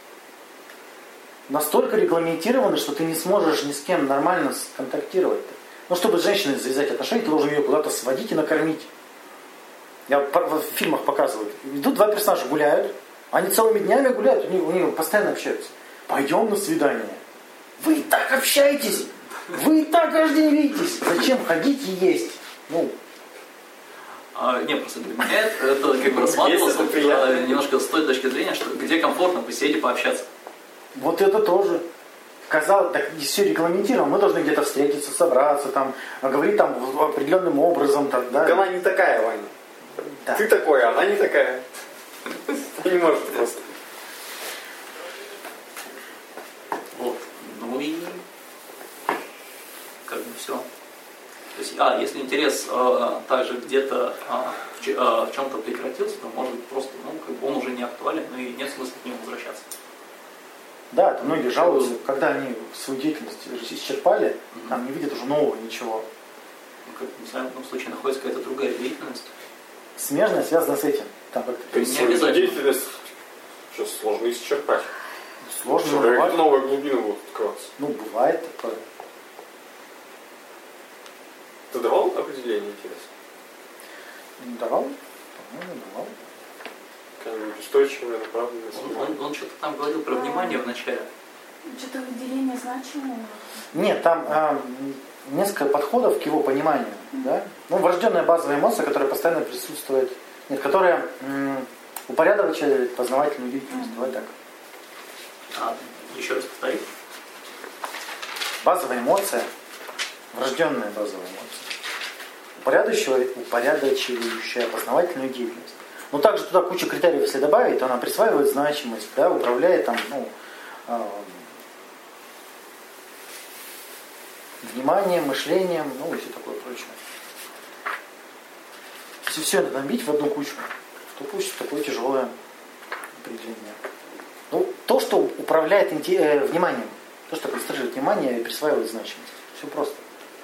настолько регламентированы, что ты не сможешь ни с кем нормально сконтактировать. Ну, чтобы с женщиной завязать отношения, ты должен ее куда-то сводить и накормить. Я в фильмах показываю. Идут два персонажа, гуляют, они целыми днями гуляют, у них, у них постоянно общаются. Пойдем на свидание. Вы и так общаетесь, вы и так каждый день видитесь. Зачем ходить и есть? Ну, А, не, просто для меня это, это как бы рассматривалось это приятно. э, немножко с той точки зрения, что где комфортно посидеть и пообщаться. вот это тоже. Казалось, так все регламентировано, мы должны где-то встретиться, собраться, там, говорить там определенным образом. Так, да? Она не такая, Ваня. Да. Ты такой, а она не такая. Ты не можешь просто. Вот. Ну и как бы все. То есть, а, если интерес э, также где-то э, в, ч- э, в чем-то прекратился, то может быть просто, ну, как бы он уже не актуален, ну и нет смысла к нему возвращаться. Да, это многие жалуются, когда они свою деятельность исчерпали, там не видят уже нового ничего. Ну, как, не знаю, в одном случае находится какая-то другая деятельность. Смежное связано с этим. Там как-то То есть Не свою обязательно. деятельность сейчас сложно исчерпать. сложно, Что но какая-то бывает. новая глубина будет открываться. Ну, бывает такое. Ты давал определение интереса? Не давал? По-моему, давал. Какая-нибудь устойчивая, направленная Он, он, он что-то там говорил про внимание в начале. Что-то выделение значимого. Нет, там а, несколько подходов к его пониманию. Да? Ну, врожденная базовая эмоция, которая постоянно присутствует. Нет, которая м, упорядочивает познавательную деятельность. Давай так. А, еще раз повтори. Базовая эмоция, врожденная базовая эмоция, упорядочивающая, упорядочивающая познавательную деятельность. Но также туда кучу критериев, если добавить, то она присваивает значимость, да, управляет там, ну, э, вниманием, мышлением, ну и все такое прочее. Если все это набить в одну кучу, то получится такое тяжелое определение. Ну, то, что управляет инте- э, вниманием, то, что концентрирует внимание и присваивает значимость. Все просто.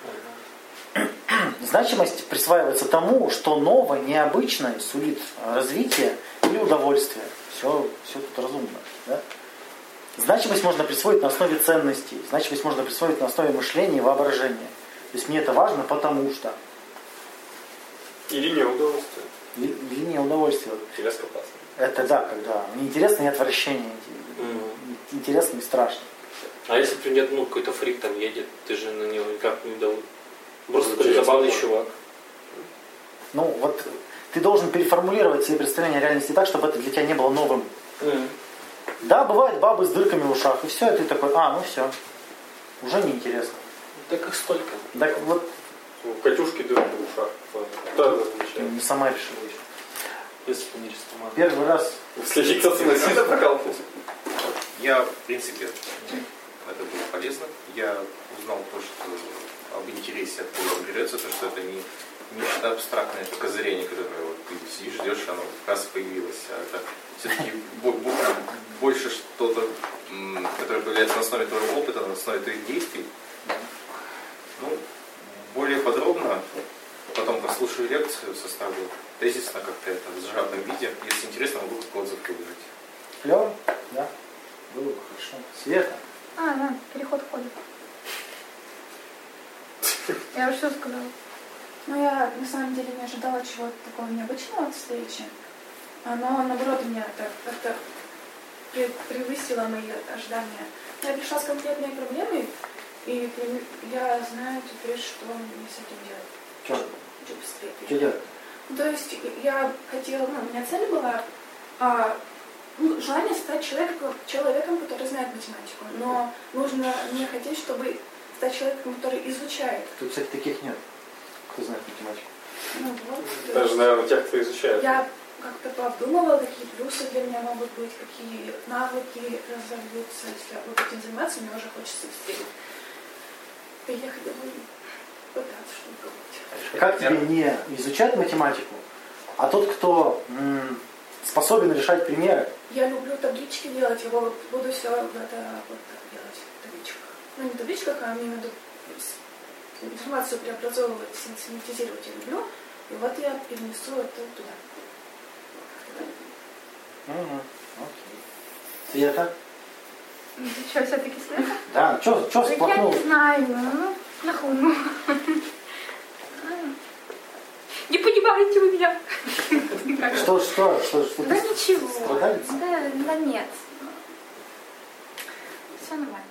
Значимость присваивается тому, что новое, необычное сулит развитие или удовольствие. Все, все тут разумно. Да? Значимость можно присвоить на основе ценностей. Значимость можно присвоить на основе мышления и воображения. То есть мне это важно, потому что. Или не удовольствие. Или, или не удовольствие. Интерес к опасности. Это да, когда мне интересно и отвращение. Интересно и страшно. А если, например, ну, какой-то фрик там едет, ты же на него никак не удовольствие. Просто такой Интересно, забавный да. чувак. Ну вот ты должен переформулировать свои представления о реальности так, чтобы это для тебя не было новым. Да, бывают бабы с дырками в ушах, и все, и ты такой, а, ну все, уже неинтересно. Так их столько. Так вот, У Катюшки дырка в ушах. Да, ты замечательно. не сама решила еще. Если бы не рисовал. Первый раз. Следи, кто-то носит, прокалывался. Я, в принципе, это было полезно. Я узнал то, что об интересе, откуда он берется, то, что это не нечто абстрактное, это козырение, которое вот ты сидишь, ждешь, оно как раз появилось. А это все-таки больше что-то, которое появляется на основе твоего опыта, на основе твоих действий. Ну, более подробно, потом послушаю лекцию, составлю тезисно как-то это в сжатом виде. Если интересно, могу как отзыв выложить. Клево? Да. Было бы хорошо. Света? А, да, переход входит. Я уже все сказала. Ну, я на самом деле не ожидала чего-то такого необычного от встречи. Оно, наоборот, меня так как-то превысило мои ожидания. Я пришла с конкретной проблемой, и я знаю теперь, что мне с этим делать. Что? Что быстрее. Что делать? Ну, то есть я хотела, ну, у меня цель была а, ну, желание стать человеком, человеком, который знает математику. Но нужно мне хотеть, чтобы стать человеком, который изучает. Тут, кстати, таких нет. Кто знает математику? Ну, вот, Даже, наверное, тех, кто изучает. Я как-то пообдумывала, какие плюсы для меня могут быть, какие навыки разовьются, если я буду этим заниматься, мне уже хочется быстрее приехать домой и пытаться что-то делать. Как тебе не изучать математику, а тот, кто м, способен решать примеры? Я люблю таблички делать, я буду все это вот так делать в табличках. Ну, не в табличках, а имею в виду информацию преобразовывать, синтезировать я люблю. И вот я перенесу это туда. Угу. Окей. Света? Ты что, все-таки Света? Да, что Я всплакнул? не знаю, ну, нахуй. Не понимаете вы меня. Что, что, что, что Да ты ничего. страдалица? Да, да нет. Все нормально.